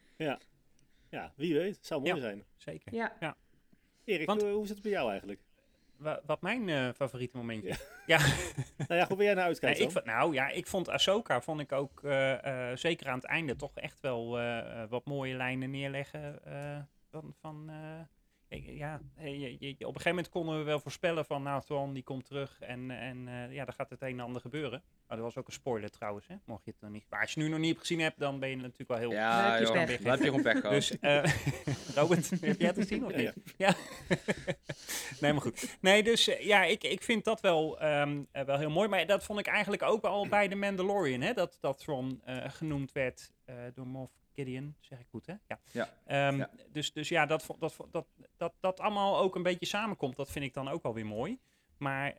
Ja, wie weet. Het zou mooi zijn. Zeker. Ja. Erik, hoe zit het bij jou eigenlijk? Wat mijn favoriete momentje? Nou ja, hoe ben jij naar uitkijken? Ik vond Ahsoka ook zeker aan het einde toch echt wel wat mooie lijnen neerleggen. Op een gegeven moment konden we wel voorspellen van Thrawn die komt terug en daar gaat het een en ander gebeuren. Maar dat was ook een spoiler trouwens, hè? Mocht je het nog niet. Maar als je nu nog niet hebt gezien hebt, dan ben je natuurlijk wel heel... Ja, dan heb je gewoon pech gehad. Dus, Robert, heb jij het gezien of niet? Ja. Nee, maar goed. Nee, dus ik vind dat wel heel mooi. Maar dat vond ik eigenlijk ook al bij The Mandalorian, hè? Dat Thrawn genoemd werd door Moff Gideon, zeg ik goed, hè? Ja. Dus dat allemaal ook een beetje samenkomt, dat vind ik dan ook wel weer mooi. Maar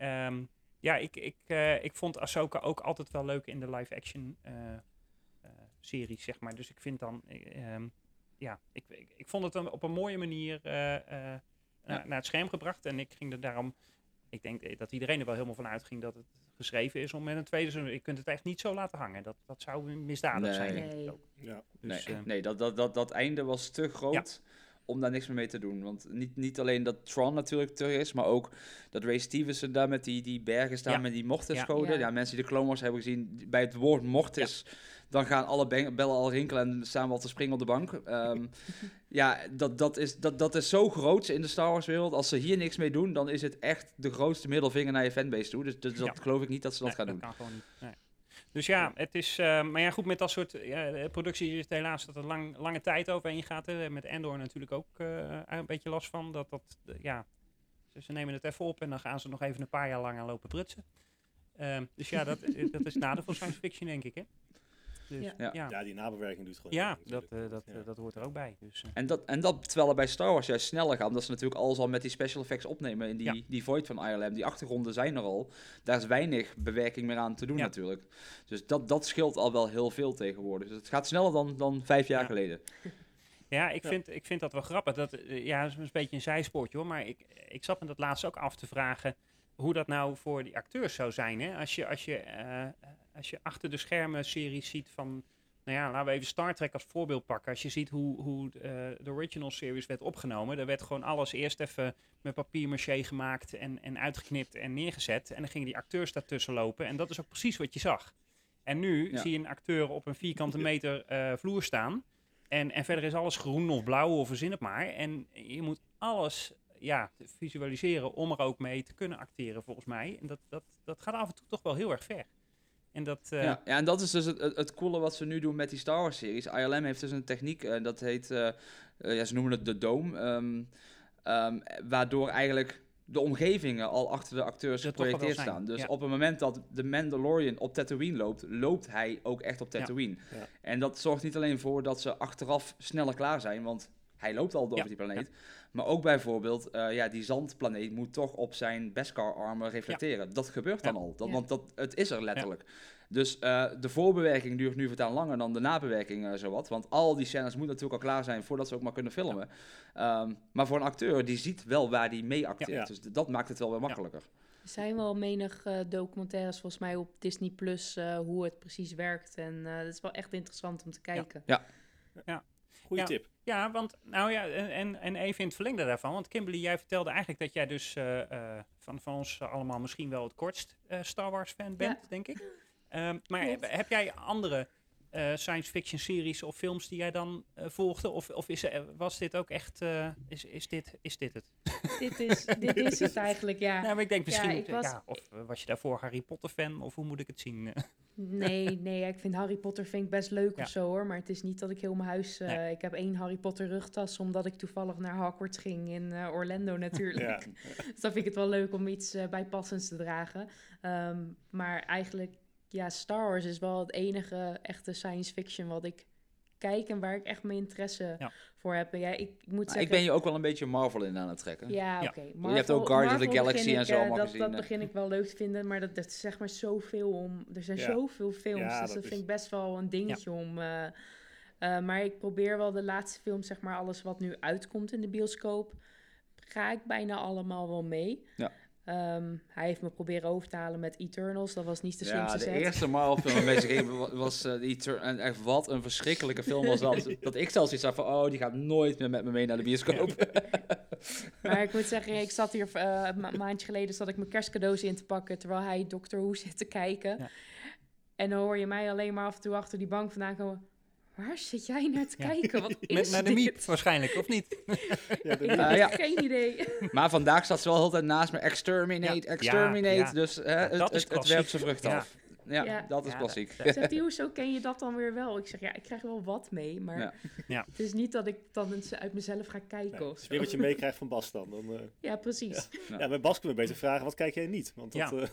ik vond Ahsoka ook altijd wel leuk in de live-action series, zeg maar. Dus ik vind dan, ik vond het op een mooie manier naar het scherm gebracht. En ik ging er daarom ik denk dat iedereen er wel helemaal van uitging dat het geschreven is om met een tweede seizoen. Je kunt het echt niet zo laten hangen. Dat zou misdadig zijn, denk ik ook. Ja. Dus, dat einde was te groot om daar niks meer mee te doen. Want niet alleen dat Tron natuurlijk terug is, maar ook dat Ray Stevenson daar met die bergen staan met die Mortis-goden. Ja, mensen die de Clone Wars hebben gezien, bij het woord Mortis, dan gaan alle bellen al rinkelen en staan we al te springen op de bank. Dat is zo groot in de Star Wars wereld. Als ze hier niks mee doen, dan is het echt de grootste middelvinger naar je fanbase toe. Dus dat geloof ik niet dat ze dat gaan doen. Dat kan gewoon niet. Nee. Dus ja, het is... maar ja, goed, met dat soort producties is het helaas dat er lange tijd overheen gaat. Met Andor natuurlijk ook een beetje last van. Ze nemen het even op en dan gaan ze nog even een paar jaar lang aan lopen prutsen. Dus ja, dat is het nadeel van science fiction, denk ik, hè? Dus, die nabewerking doet gewoon. Ja, dat hoort er ook bij. Dus, En dat terwijl er bij Star Wars juist sneller gaat, omdat ze natuurlijk alles al met die special effects opnemen in die Void van ILM. Die achtergronden zijn er al. Daar is weinig bewerking meer aan te doen natuurlijk. Dus dat scheelt al wel heel veel tegenwoordig. Dus het gaat sneller dan 5 jaar geleden. Ja, ik vind dat wel grappig. Dat is een beetje een zijspoortje hoor. Maar ik zat me dat laatst ook af te vragen hoe dat nou voor die acteurs zou zijn. Hè? Als je achter de schermen series ziet van... Nou ja, laten we even Star Trek als voorbeeld pakken. Als je ziet hoe de original series werd opgenomen... er werd gewoon alles eerst even met papier-maché gemaakt... en uitgeknipt en neergezet. En dan gingen die acteurs daartussen lopen. En dat is ook precies wat je zag. En nu zie je een acteur op een vierkante meter vloer staan... En verder is alles groen of blauw of verzin het maar. En je moet alles visualiseren om er ook mee te kunnen acteren, volgens mij. En dat gaat af en toe toch wel heel erg ver. En en dat is dus het coole wat ze nu doen met die Star Wars-series. ILM heeft dus een techniek, dat heet... ze noemen het de Dome. Waardoor eigenlijk de omgevingen al achter de acteurs geprojecteerd staan. Dus op het moment dat de Mandalorian op Tatooine loopt hij ook echt op Tatooine. Ja. Ja. En dat zorgt niet alleen voor dat ze achteraf sneller klaar zijn, want hij loopt al over die planeet. Ja. Maar ook bijvoorbeeld, die zandplaneet moet toch op zijn Beskar-armen reflecteren. Ja. Dat gebeurt dan al, want het is er letterlijk. Ja. Dus de voorbewerking duurt nu voortaan langer dan de nabewerking zowat. Want al die scènes moeten natuurlijk al klaar zijn voordat ze ook maar kunnen filmen. Ja. Maar voor een acteur, die ziet wel waar die mee acteert. Ja. Dus dat maakt het wel weer makkelijker. Er zijn wel menig documentaires volgens mij op Disney Plus hoe het precies werkt. En dat is wel echt interessant om te kijken. Ja. Goeie tip. Ja, want en even in het verlengde daarvan. Want Kimberly, jij vertelde eigenlijk dat jij dus van ons allemaal misschien wel het kortst Star Wars fan bent, denk ik. Maar heb jij andere science fiction series of films die jij dan volgde? Of was dit ook echt... Is dit het? Dit is het eigenlijk, ja. Nou, maar ik denk misschien... of was je daarvoor Harry Potter fan? Of hoe moet ik het zien? Nee, ik vind Harry Potter best leuk of zo hoor. Maar het is niet dat ik heel mijn huis... Ik heb 1 Harry Potter rugtas, omdat ik toevallig naar Hogwarts ging in Orlando natuurlijk. Dus dan vind ik het wel leuk om iets bijpassends te dragen. Maar eigenlijk... Ja, Star Wars is wel het enige echte science fiction wat ik kijk en waar ik echt mijn interesse voor heb. Ja, ik moet zeggen... Ik ben je ook wel een beetje Marvel in aan het trekken. Ja, oké. Je hebt ook Guardians of the Galaxy en zo allemaal gezien. Dat begin ik wel leuk te vinden, maar dat is zeg maar zoveel om... Er zijn zoveel films, dus dat vind ik best wel een dingetje om... maar ik probeer wel de laatste films, zeg maar alles wat nu uitkomt in de bioscoop, ga ik bijna allemaal wel mee. Ja. Hij heeft me proberen over te halen met Eternals. Dat was niet de slimste set. De eerste Marvel-film met zich was en echt wat een verschrikkelijke film was dat. Dat ik zelfs iets zei van, die gaat nooit meer met me mee naar de bioscoop. Maar ik moet zeggen, ik zat hier een maandje geleden, zat ik mijn kerstcadeaus in te pakken, terwijl hij Doctor Who zit te kijken. Ja. En dan hoor je mij alleen maar af en toe achter die bank vandaan komen. Waar zit jij naar te kijken? Wat is naar de Miep waarschijnlijk, of niet? Ik heb geen idee. Maar vandaag staat ze wel altijd naast me. Exterminate. Dus het werpt zijn vrucht af. Ja, dat is klassiek. Zegt hij, hoezo ken je dat dan weer wel? Ik zeg, ik krijg wel wat mee, maar het is niet dat ik dan uit mezelf ga kijken. Het is weer wat je meekrijgt van Bas dan. Ja, precies. Ja, bij Bas kunnen we beter vragen, wat kijk jij niet? Want dat...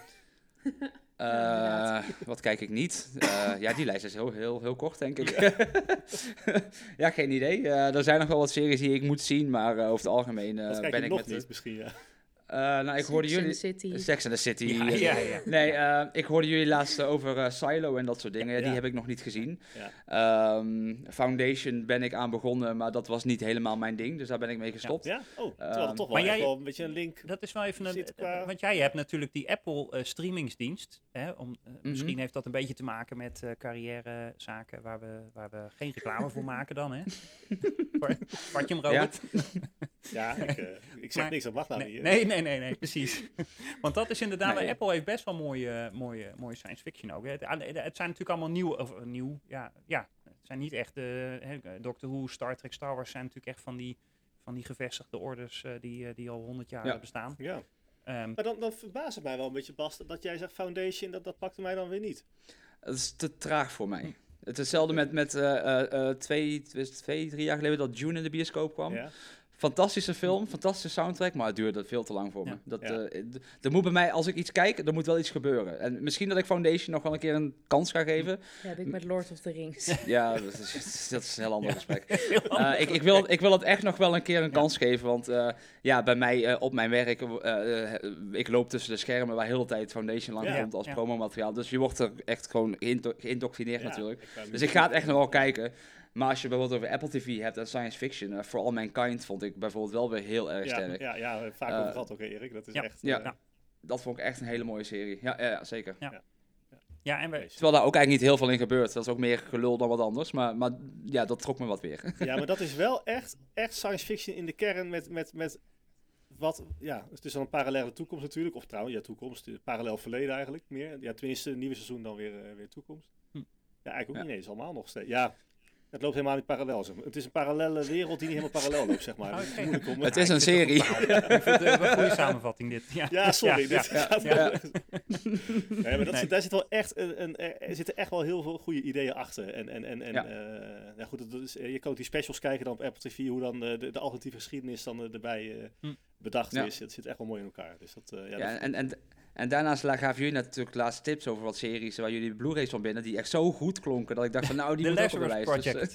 Wat kijk ik niet? Die lijst is heel kort, denk ik. Ja, geen idee. Er zijn nog wel wat series die ik moet zien, maar over het algemeen ben ik nog met niet, misschien, Ik hoorde jullie... Sex and the City. Nee, ik hoorde jullie laatst over Silo en dat soort dingen. Die heb ik nog niet gezien. Ja. Foundation ben ik aan begonnen, maar dat was niet helemaal mijn ding. Dus daar ben ik mee gestopt. Ja? Terwijl het toch wel een beetje een link... Dat is wel even want jij hebt natuurlijk die Apple streamingsdienst. Hè, misschien heeft dat een beetje te maken met carrièrezaken waar we geen reclame voor maken dan, hè? Vat je hem, Robert? Ja, ik zeg niks, dat mag nou niet. Nee, precies. Want dat is inderdaad, Apple heeft best wel mooie science fiction ook. Het zijn natuurlijk allemaal nieuw. Het zijn niet echt Doctor Who, Star Trek, Star Wars zijn natuurlijk echt van die gevestigde orders die al 100 jaar bestaan. Ja. Maar dan verbaast het mij wel een beetje, Bas, dat jij zegt Foundation, dat pakte mij dan weer niet. Dat is te traag voor mij. Het is hetzelfde met 2-3 jaar geleden dat Dune in de bioscoop kwam. Ja. Fantastische film, fantastische soundtrack, maar het duurde veel te lang voor me. Er moet bij mij, als ik iets kijk, er moet wel iets gebeuren. En misschien dat ik Foundation nog wel een keer een kans ga geven. Ja, heb ik met Lord of the Rings. Ja, dat is een heel ander gesprek. Ik wil het echt nog wel een keer een kans geven, want bij mij op mijn werk, ik loop tussen de schermen waar heel de tijd Foundation lang komt als promomateriaal. Dus je wordt er echt gewoon geïndoctrineerd natuurlijk. Dus ik ga het echt nog wel kijken. Maar als je bijvoorbeeld over Apple TV hebt en science fiction, For All Mankind vond ik bijvoorbeeld wel weer heel erg sterk. Ja, vaak over gehad ook, Erik. Dat is echt... dat vond ik echt een hele mooie serie. Ja, zeker. Ja, en terwijl daar ook eigenlijk niet heel veel in gebeurt. Dat is ook meer gelul dan wat anders. Maar dat trok me wat weer. Ja, maar dat is wel echt science fiction in de kern met wat... Ja, het is dan een parallele toekomst natuurlijk. Of trouwens, toekomst. Parallel verleden eigenlijk meer. Ja, tenminste, een nieuwe seizoen dan weer toekomst. Ja, eigenlijk ook niet eens. Allemaal nog steeds. Ja... Het loopt helemaal niet parallel. Zeg maar. Het is een parallelle wereld die niet helemaal parallel loopt, zeg maar. Het is een serie. Ik vind het een goede samenvatting, dit. Ja, sorry. Nee, maar daar zit wel echt er zitten echt wel heel veel goede ideeën achter. Je kan ook die specials kijken dan op Apple TV, hoe dan de alternatieve geschiedenis dan erbij bedacht is. Het zit echt wel mooi in elkaar. Dus en daarnaast gaven jullie natuurlijk laatste tips over wat series waar jullie Blu-rays van binnen die echt zo goed klonken dat ik dacht van die moet ook op de lijst. Project.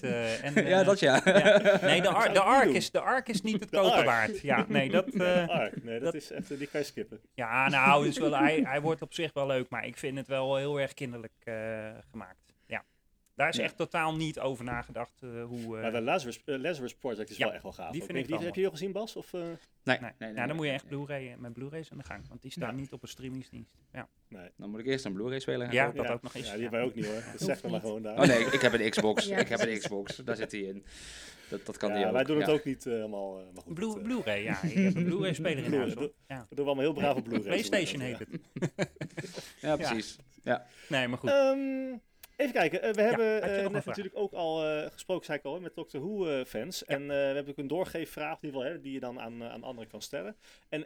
Nee, de Ark is niet het kopen waard. Ja, nee, dat is echt, die kan je skippen. Ja, nou, is wel, hij wordt op zich wel leuk, maar ik vind het wel heel erg kinderlijk gemaakt. Ja. Daar is echt totaal niet over nagedacht hoe... Maar de Lazarus Project is wel echt wel gaaf. Die vind ik heb je al gezien, Bas? Of, Nee. Dan moet je echt met Blu-rays aan de gang. Want die staan niet op een streamingsdienst. Ja. Nee. Dan moet ik eerst een Blu-ray speler gaan kopen. Dat ook nog eens. Ja, die hebben wij ook niet hoor. Dat zegt dan maar gewoon daar. Oh nee, ik heb een Xbox. Ik heb een Xbox. Daar zit hij in. Dat kan die ook. Wij doen het ook niet helemaal maar goed. Blu-ray, ja. Ik heb een Blu-ray speler in huis. We doen allemaal heel brave Blu-rays. PlayStation heet het. Ja, precies. Ja. Nee, maar goed. Even kijken, we hebben net natuurlijk ook al gesproken, zei ik al, met Doctor Who fans. Ja. En we hebben ook een doorgeefvraag in ieder geval, die je dan aan anderen kan stellen. En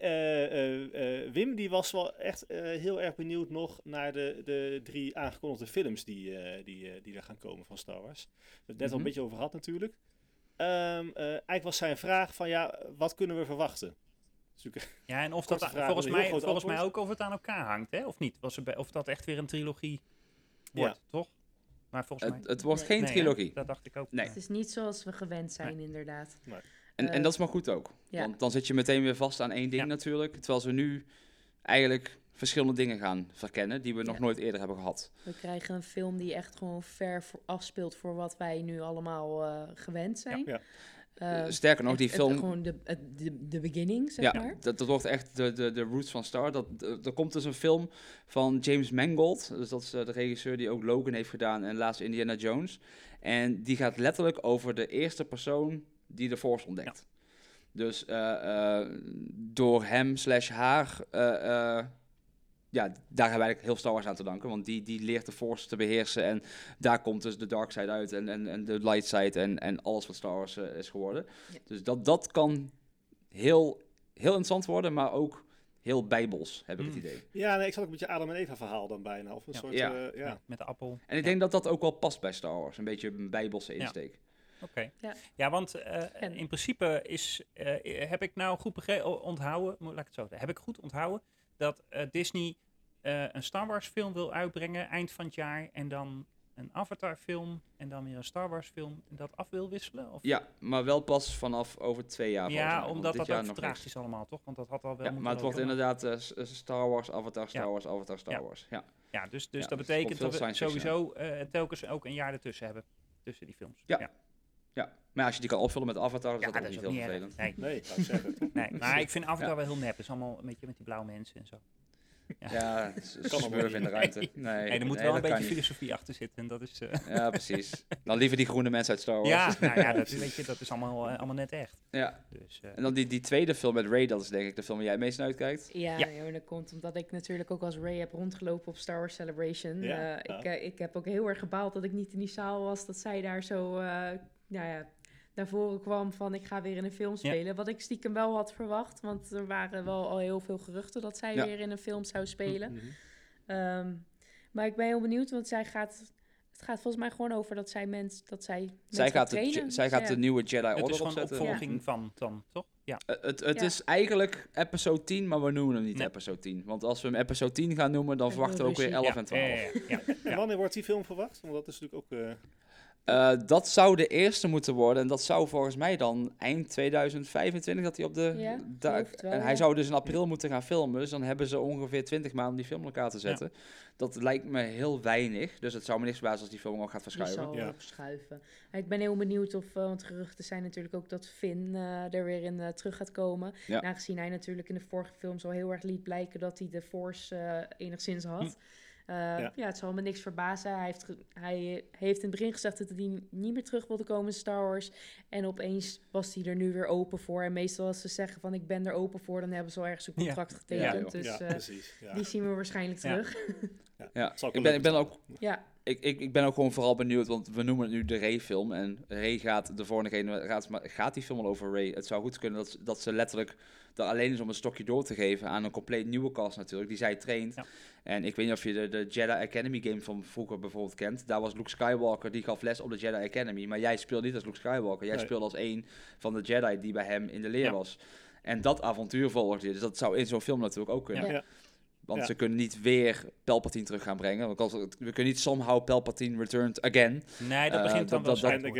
Wim die was wel echt heel erg benieuwd nog naar de 3 aangekondigde films die er gaan komen van Star Wars. We hebben het net al een beetje over gehad natuurlijk. Eigenlijk was zijn vraag van wat kunnen we verwachten? Ja, en of dat volgens mij ook of het aan elkaar hangt, hè? Of niet? Of dat echt weer een trilogie wordt, toch? Maar volgens mij... Het wordt geen trilogie. Dat dacht ik ook. Nee. Het is niet zoals we gewend zijn, inderdaad. Nee. En dat is maar goed ook. Ja. Want dan zit je meteen weer vast aan één ding natuurlijk. Terwijl ze nu eigenlijk verschillende dingen gaan verkennen die we nog nooit eerder hebben gehad. We krijgen een film die echt gewoon ver afspeelt voor wat wij nu allemaal gewend zijn. Ja. Sterker nog, die film... Gewoon de beginning, zeg maar. Dat wordt echt de roots van Star. Er komt dus een film van James Mangold. Dus dat is de regisseur die ook Logan heeft gedaan en laatst Indiana Jones. En die gaat letterlijk over de eerste persoon die de Force ontdekt. Ja. Dus door hem / haar... daar hebben we eigenlijk heel Star Wars aan te danken. Want die leert de Force te beheersen. En daar komt dus de dark side uit. En de light side. En alles wat Star Wars is geworden. Ja. Dus dat kan heel interessant worden. Maar ook heel bijbels, heb ik het idee. Ja, ik zat ook een beetje Adam en Eva verhaal dan bijna. Of een soort... met de appel. En ik denk dat ook wel past bij Star Wars. Een beetje een bijbelse insteek. Oké. Ja, want in principe heb ik nou goed onthouden... Laat ik het zo zeggen. Heb ik goed onthouden... dat Disney een Star Wars film wil uitbrengen eind van het jaar en dan een Avatar film en dan weer een Star Wars film en dat af wil wisselen? Of? Ja, maar wel pas vanaf over 2 jaar. Ja, omdat dat ook vertraagd is allemaal, toch? Want dat had al wel moeten maar het wordt inderdaad Star Wars, Avatar, Star Wars, Avatar, Star Wars. Ja, dus dat betekent dat we sowieso telkens ook een jaar ertussen hebben. Tussen die films. Ja, maar als je die kan opvullen met Avatar, is dat ook niet heel vervelend. Nee, zou ik zeggen. Maar ik vind Avatar wel heel nep. Het is allemaal een beetje met die blauwe mensen en zo. Ja, smurf in de ruimte. Nee, er moet wel een beetje filosofie achter zitten. En dat is, Ja, precies. Dan liever die groene mensen uit Star Wars. Ja, dat is allemaal net echt. Ja. Dus, en dan die tweede film met Rey, dat is denk ik de film waar jij het meest naar uitkijkt. Ja, dat komt omdat ik natuurlijk ook als Rey heb rondgelopen op Star Wars Celebration. Ik heb ook heel erg gebaald dat ik niet in die zaal was, dat zij daar zo... naar voren kwam van ik ga weer in een film spelen. Wat ik stiekem wel had verwacht. Want er waren wel al heel veel geruchten dat zij weer in een film zou spelen. Mm-hmm. Maar ik ben heel benieuwd, want het gaat volgens mij gewoon over dat zij gaat de nieuwe Jedi Order opzetten. Het is gewoon een opvolging van dan, toch? Ja. Het is eigenlijk episode 10, maar we noemen hem niet episode 10. Want als we hem episode 10 gaan noemen, dan verwachten we ook weer 11 en 12. En wanneer wordt die film verwacht? Want dat is natuurlijk ook... dat zou de eerste moeten worden. En dat zou volgens mij dan eind 2025 dat hij op de... En hij zou dus in april moeten gaan filmen. Dus dan hebben ze ongeveer 20 maanden om die film in elkaar te zetten. Ja. Dat lijkt me heel weinig. Dus het zou me niks verbazen als die film ook gaat verschuiven. Die zal verschuiven. Ik ben heel benieuwd of... want geruchten zijn natuurlijk ook dat Finn er weer in terug gaat komen. Ja. Aangezien hij natuurlijk in de vorige films al heel erg liet blijken dat hij de Force enigszins had. Het zal me niks verbazen. Hij heeft in het begin gezegd dat hij niet meer terug wilde komen in Star Wars. En opeens was hij er nu weer open voor. En meestal als ze zeggen van ik ben er open voor, dan hebben ze al ergens een contract getekend. Dus die zien we waarschijnlijk terug. Ik ben ook gewoon vooral benieuwd, want we noemen het nu de Rey-film. En Rey gaat de volgende generatie, gaat die film al over Rey? Het zou goed kunnen dat ze letterlijk er alleen is om een stokje door te geven aan een compleet nieuwe cast natuurlijk, die zij traint. Ja. En ik weet niet of je de Jedi Academy game van vroeger bijvoorbeeld kent. Daar was Luke Skywalker, die gaf les op de Jedi Academy. Maar jij speelt niet als Luke Skywalker. Jij speelde als een van de Jedi die bij hem in de leer was. En dat avontuur volgde je. Dus dat zou in zo'n film natuurlijk ook kunnen. Ja. Want ze kunnen niet weer Palpatine terug gaan brengen. Want we kunnen niet somehow Palpatine returned again. Nee, dat begint dan wel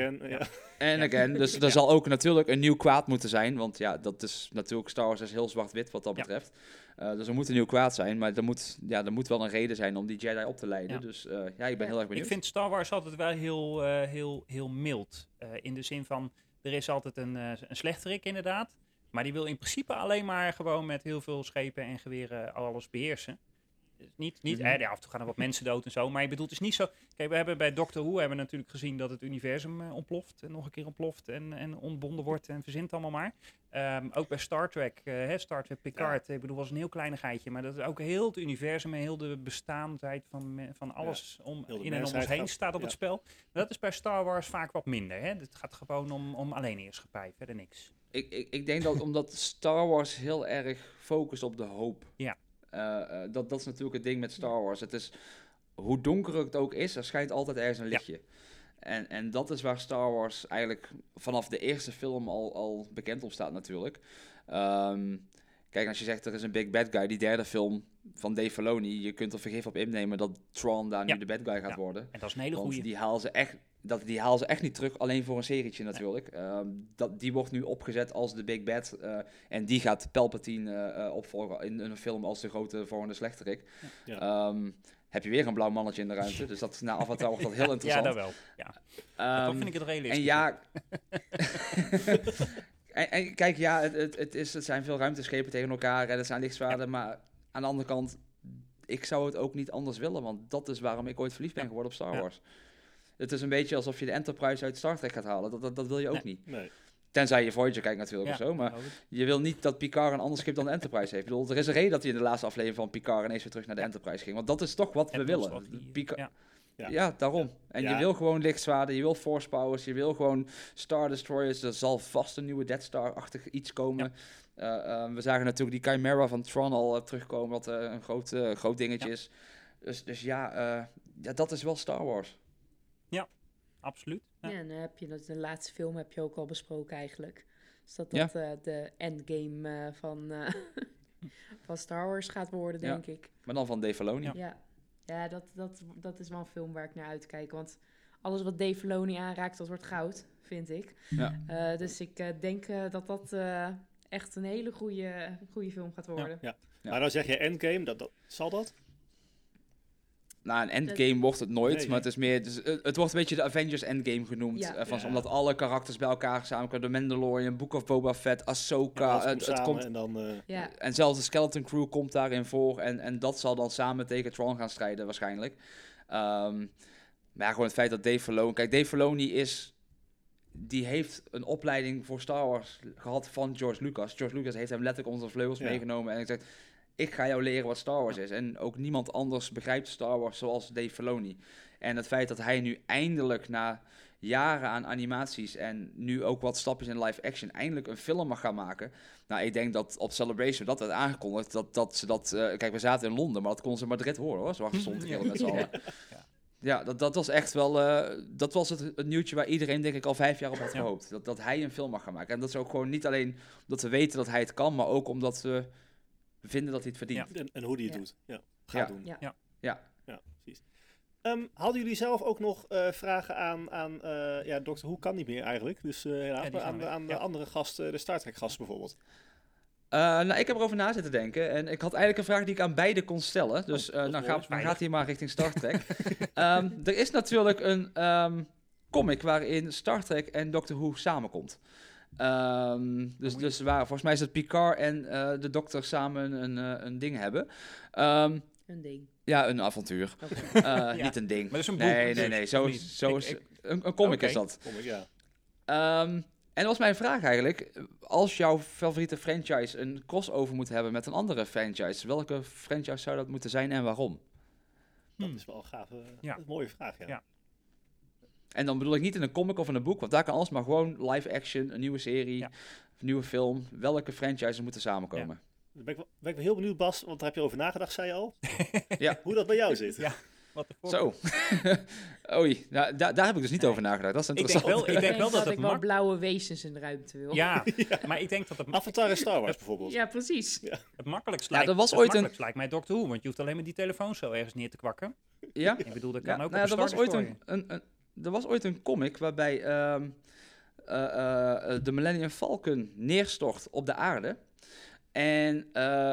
En again. Dus er zal ook natuurlijk een nieuw kwaad moeten zijn. Want dat is natuurlijk Star Wars is heel zwart-wit wat dat betreft. Dus er moet een nieuw kwaad zijn. Maar er moet wel een reden zijn om die Jedi op te leiden. Ja. Dus ik ben heel erg benieuwd. Ik vind Star Wars altijd wel heel mild. In de zin van, er is altijd een slechterik inderdaad. Maar die wil in principe alleen maar gewoon met heel veel schepen en geweren alles beheersen. Niet af en toe gaan er wat mensen dood en zo. Maar je bedoelt, het is niet zo... Kijk, we hebben bij Doctor Who hebben natuurlijk gezien dat het universum ontploft. En nog een keer ontploft en ontbonden wordt en verzint allemaal maar. Ook bij Star Trek, Star Trek Picard. Ik bedoel, was een heel kleinigheidje. Maar dat is ook heel het universum en heel de bestaandheid van alles in en om ons heen staat op het spel. Maar dat is bij Star Wars vaak wat minder. Hè? Het gaat gewoon om alleenheerschappij, verder niks. Ik denk dat omdat Star Wars heel erg focust op de hoop. Ja. Dat is natuurlijk het ding met Star Wars. Het is, hoe donker het ook is, er schijnt altijd ergens een lichtje. Ja. En dat is waar Star Wars eigenlijk vanaf de eerste film al bekend op staat natuurlijk. Kijk, als je zegt er is een big bad guy, die derde film van Dave Filoni, je kunt er vergif op innemen dat Thrawn daar nu de bad guy gaat worden. En dat is een hele goeie. Die halen ze echt niet terug, alleen voor een serietje natuurlijk. Die wordt nu opgezet als de Big Bad. En die gaat Palpatine opvolgen in een film als de grote volgende slechterik. Ja. Heb je weer een blauw mannetje in de ruimte. Dus dat na Avatar wordt dat heel interessant. Ja, dat wel. Ja. Toch vind ik het realistisch. En ja... en kijk, het zijn veel ruimteschepen tegen elkaar. En het zijn lichtzwaarden. Ja. Maar aan de andere kant, ik zou het ook niet anders willen. Want dat is waarom ik ooit verliefd ben geworden op Star Wars. Het is een beetje alsof je de Enterprise uit Star Trek gaat halen. Dat wil je ook niet. Nee. Tenzij je Voyager kijkt natuurlijk of zo. Maar je wil niet dat Picard een ander schip dan de Enterprise heeft. Ik bedoel, er is een reden dat hij in de laatste aflevering van Picard ineens weer terug naar de Enterprise ging. Want dat is toch wat we willen. Ja, daarom. En je wil gewoon lichtzwaarden, je wil force powers, je wil gewoon Star Destroyers. Er zal vast een nieuwe Death Star-achtig iets komen. Ja. We zagen natuurlijk die Chimera van Tron al terugkomen, wat een groot dingetje is. Dus dat is wel Star Wars. Ja, absoluut. Ja, en dan heb je de laatste film heb je ook al besproken eigenlijk. Dus dat de endgame van Star Wars gaat worden, denk ik. Maar dan van Dave Filoni. Ja, Ja, dat is wel een film waar ik naar uitkijk. Want alles wat Dave Filoni aanraakt, dat wordt goud, vind ik. Ja. Dus ik denk dat echt een hele goede film gaat worden. Ja. Maar dan zeg je Endgame, zal dat? Nou, een Endgame wordt het nooit, maar het is meer... Dus, het wordt een beetje de Avengers Endgame genoemd. Omdat alle karakters bij elkaar samenkomen. De Mandalorian, Book of Boba Fett, Ahsoka. Het komt, en dan... En zelfs de Skeleton Crew komt daarin voor. En dat zal dan samen tegen Tron gaan strijden waarschijnlijk. Maar gewoon het feit dat Dave Filoni... Kijk, Dave Filoni die heeft een opleiding voor Star Wars gehad van George Lucas. George Lucas heeft hem letterlijk onder de vleugels meegenomen en gezegd... Ik ga jou leren wat Star Wars is. En ook niemand anders begrijpt Star Wars zoals Dave Filoni. En het feit dat hij nu eindelijk na jaren aan animaties... en nu ook wat stapjes in live action... eindelijk een film mag gaan maken. Nou, ik denk dat op Celebration dat werd aangekondigd... dat ze dat... kijk, we zaten in Londen, maar dat kon ze in Madrid horen, hoor. Zo achter stond ik met z'n allen. Ja, dat was echt wel... dat was het nieuwtje waar iedereen, denk ik, al 5 jaar op had gehoopt. Dat hij een film mag gaan maken. En dat is ook gewoon niet alleen omdat we weten dat hij het kan... maar ook omdat we vinden dat hij het verdient. Ja. En hoe hij het doet. Ja. Gaat doen. Ja, precies. Hadden jullie zelf ook nog vragen aan Dr. Who kan niet meer eigenlijk. Dus aan de andere gasten, de Star Trek gasten bijvoorbeeld. Nou, ik heb erover na zitten denken. En ik had eigenlijk een vraag die ik aan beide kon stellen. Dus dan gaat hij maar richting Star Trek. Er is natuurlijk een comic waarin Star Trek en Doctor Who samenkomt. Dus volgens mij is het Picard en de dokter samen een ding hebben. Een ding. Ja, een avontuur. Okay. Niet een ding. Maar dat is een boek. Nee. Zo is een comic is dat. Comic, ja. En dat was mijn vraag eigenlijk. Als jouw favoriete franchise een crossover moet hebben met een andere franchise, welke franchise zou dat moeten zijn en waarom? Dat is wel een gave, een mooie vraag, ja. En dan bedoel ik niet in een comic of in een boek, want daar kan alles maar gewoon live action, een nieuwe serie, een nieuwe film. Welke franchises moeten samenkomen? Ja. Ben ik wel heel benieuwd, Bas, want daar heb je over nagedacht, zei je al. Ja. Hoe dat bij jou zit. Ja. Zo. Oei, nou, daar heb ik dus niet over nagedacht. Dat is interessant. Ik denk wel dat ik wel blauwe wezens in de ruimte wil. Ja, maar ik denk dat het... Avatar en Star Wars bijvoorbeeld. Ja, precies. Ja. Het makkelijkst lijkt mij Doctor Who, want je hoeft alleen maar die telefoon zo ergens neer te kwakken. Ja. Ik bedoel, dat kan ook er was ooit er was ooit een comic waarbij de Millennium Falcon neerstort op de aarde. En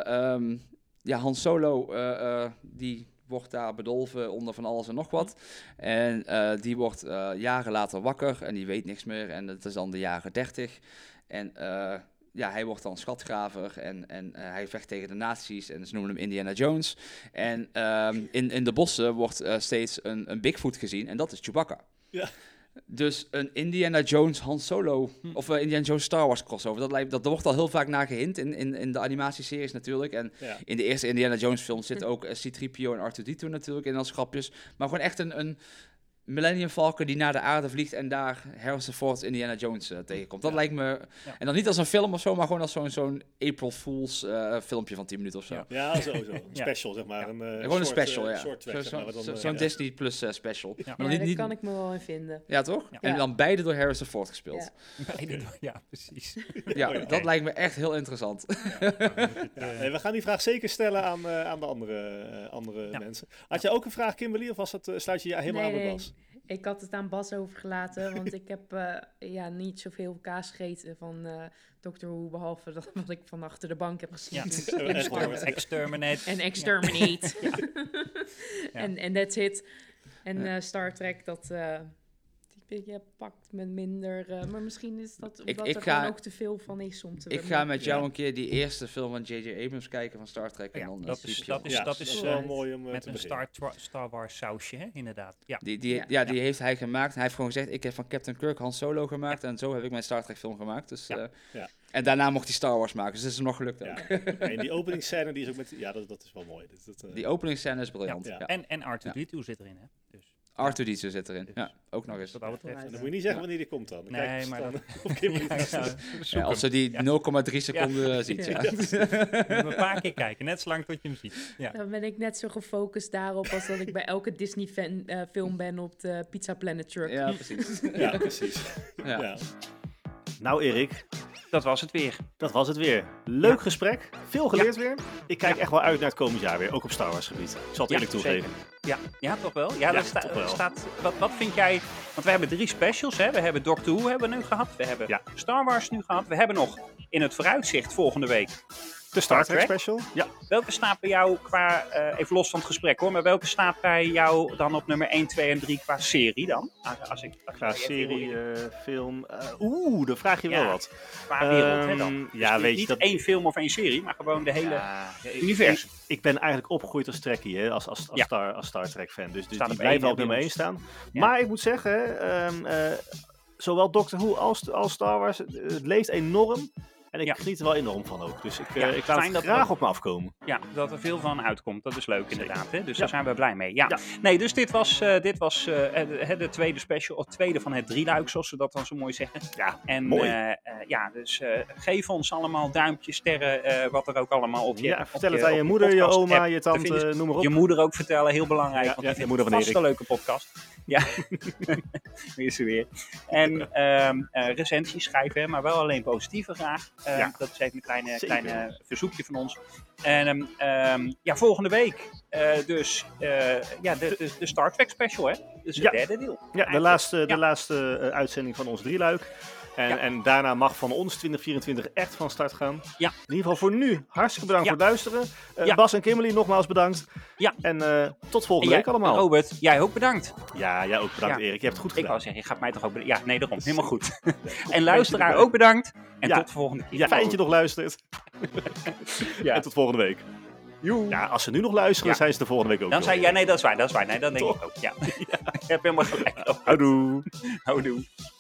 Han Solo, die wordt daar bedolven onder van alles en nog wat. En die wordt jaren later wakker en die weet niks meer. En het is dan de jaren 30. En hij wordt dan schatgraver en hij vecht tegen de nazi's en ze noemen hem Indiana Jones. En in de bossen wordt steeds een Bigfoot gezien en dat is Chewbacca. Ja. Dus een Indiana Jones Han Solo of Indiana Jones Star Wars crossover, dat wordt al heel vaak naar gehind in de animatieseries natuurlijk. En in de eerste Indiana Jones film zit ook C-3PO en R2-D2 natuurlijk in als grapjes. Maar gewoon echt een Millennium Falcon die naar de aarde vliegt en daar Harrison Ford Indiana Jones tegenkomt. Dat lijkt me... Ja. En dan niet als een film of zo, maar gewoon als zo'n April Fool's filmpje van 10 minuten of zo. Ja, zo. Een special, zeg maar. Gewoon een special, Zo'n Disney Plus special. Ja, daar kan ik me wel in vinden. Ja, toch? Ja. En dan beide door Harrison Ford gespeeld. Ja, precies. Dat lijkt me echt heel interessant. Nee, we gaan die vraag zeker stellen aan de andere mensen. Had je ook een vraag, Kimberly, of sluit je helemaal aan bij Bas? Ik had het aan Bas overgelaten, want ik heb niet zoveel kaas gegeten van Doctor Who, behalve dat wat ik van achter de bank heb gezien. Ja. Exterminate. En Exterminate. En that's it. En Star Trek, dat pakt me minder. Maar misschien is dat omdat er gewoon ook te veel van is om te... Ik ga met jou een keer die eerste film van J.J. Abrams kijken van Star Trek. En dan dat is wel mooi om met een Star Wars sausje, hè? Inderdaad. Ja. Die heeft hij gemaakt. Hij heeft gewoon gezegd, ik heb van Captain Kirk Han Solo gemaakt. En zo heb ik mijn Star Trek film gemaakt. Dus, en daarna mocht hij Star Wars maken. Dus dat is hem nog gelukt ook. En die openingsscène die is ook met... Ja, dat is wel mooi. Die openingsscène is briljant. Ja. En R2-D2 zit erin, hè? Dus. R2-D2 zit erin. Ja, ook nog eens. Dan moet je niet zeggen wanneer die komt dan. Nee, maar als ze die 0,3 seconden ziet. Je moet een paar keer kijken, net zo lang tot je hem ziet. Ja. Dan ben ik net zo gefocust daarop als dat ik bij elke Disney film ben op de Pizza Planet truck. Ja, precies. Ja, precies. Ja. Nou Erik, Dat was het weer. Dat was het weer. Leuk gesprek. Veel geleerd weer. Ik kijk echt wel uit naar het komend jaar weer. Ook op Star Wars gebied. Ik zal het eerlijk toegeven. Ja, toch wel? Ja, staat, wat vind jij... Want we hebben 3 specials. Hè? We hebben Doctor Who hebben we nu gehad. We hebben Star Wars nu gehad. We hebben nog in het vooruitzicht volgende week... De Star Trek special. Ja. Welke staat bij jou qua, even los van het gesprek hoor, maar welke staat bij jou dan op nummer 1, 2 en 3 qua serie dan? Qua serie, film, dan vraag je wel wat. Qua wereld hè dan? Ja, dus weet je niet dat... één film of één serie, maar gewoon de hele universum. Ik ben eigenlijk opgegroeid als Trekkie, hè, als Star Trek fan. Dus die blijven op nummer 1 staan. Ja. Maar ik moet zeggen, zowel Doctor Who als Star Wars, het leeft enorm. En ik geniet er wel enorm van ook. Dus ik laat het graag op me afkomen. Ja, dat er veel van uitkomt. Dat is leuk inderdaad. Hè? Dus daar zijn we blij mee. Ja. Nee, dus dit was de tweede special. Of tweede van het drieluik, zoals ze dat dan zo mooi zeggen. Ja, en, mooi. Dus geef ons allemaal duimpjes, sterren, wat er ook allemaal op je... vertel het aan je moeder, je oma, je tante, noem maar op. Je moeder ook vertellen, heel belangrijk. Want die je moeder van vast een leuke podcast. Ja, weer is ze weer. En recensies schrijven, maar wel alleen positieve graag. Dat is even een kleine verzoekje van ons. En volgende week de Star Trek special, hè? Dus het derde deel. Ja, de laatste uitzending van ons drieluik. En daarna mag van ons 2024 echt van start gaan. Ja. In ieder geval voor nu, hartstikke bedankt voor het luisteren. Bas en Kimberly, nogmaals bedankt. Ja. En tot volgende week allemaal. Robert, jij ook bedankt. Ja, jij ook bedankt Erik, je hebt het goed gedaan. Ik wou zeggen, je gaat mij toch ook bedanken. Ja, nee, daarom. Helemaal goed. En luisteraar ook bedankt. En tot de volgende keer. Ja, fijn dat je nog luistert. En tot volgende week. Joe. Ja, als ze nu nog luisteren, zijn ze de volgende week ook. Dan zei nee, dat is waar. Nee, dat denk ik ook. Ja. Je hebt helemaal gelijk. Houdoe. Houdoe.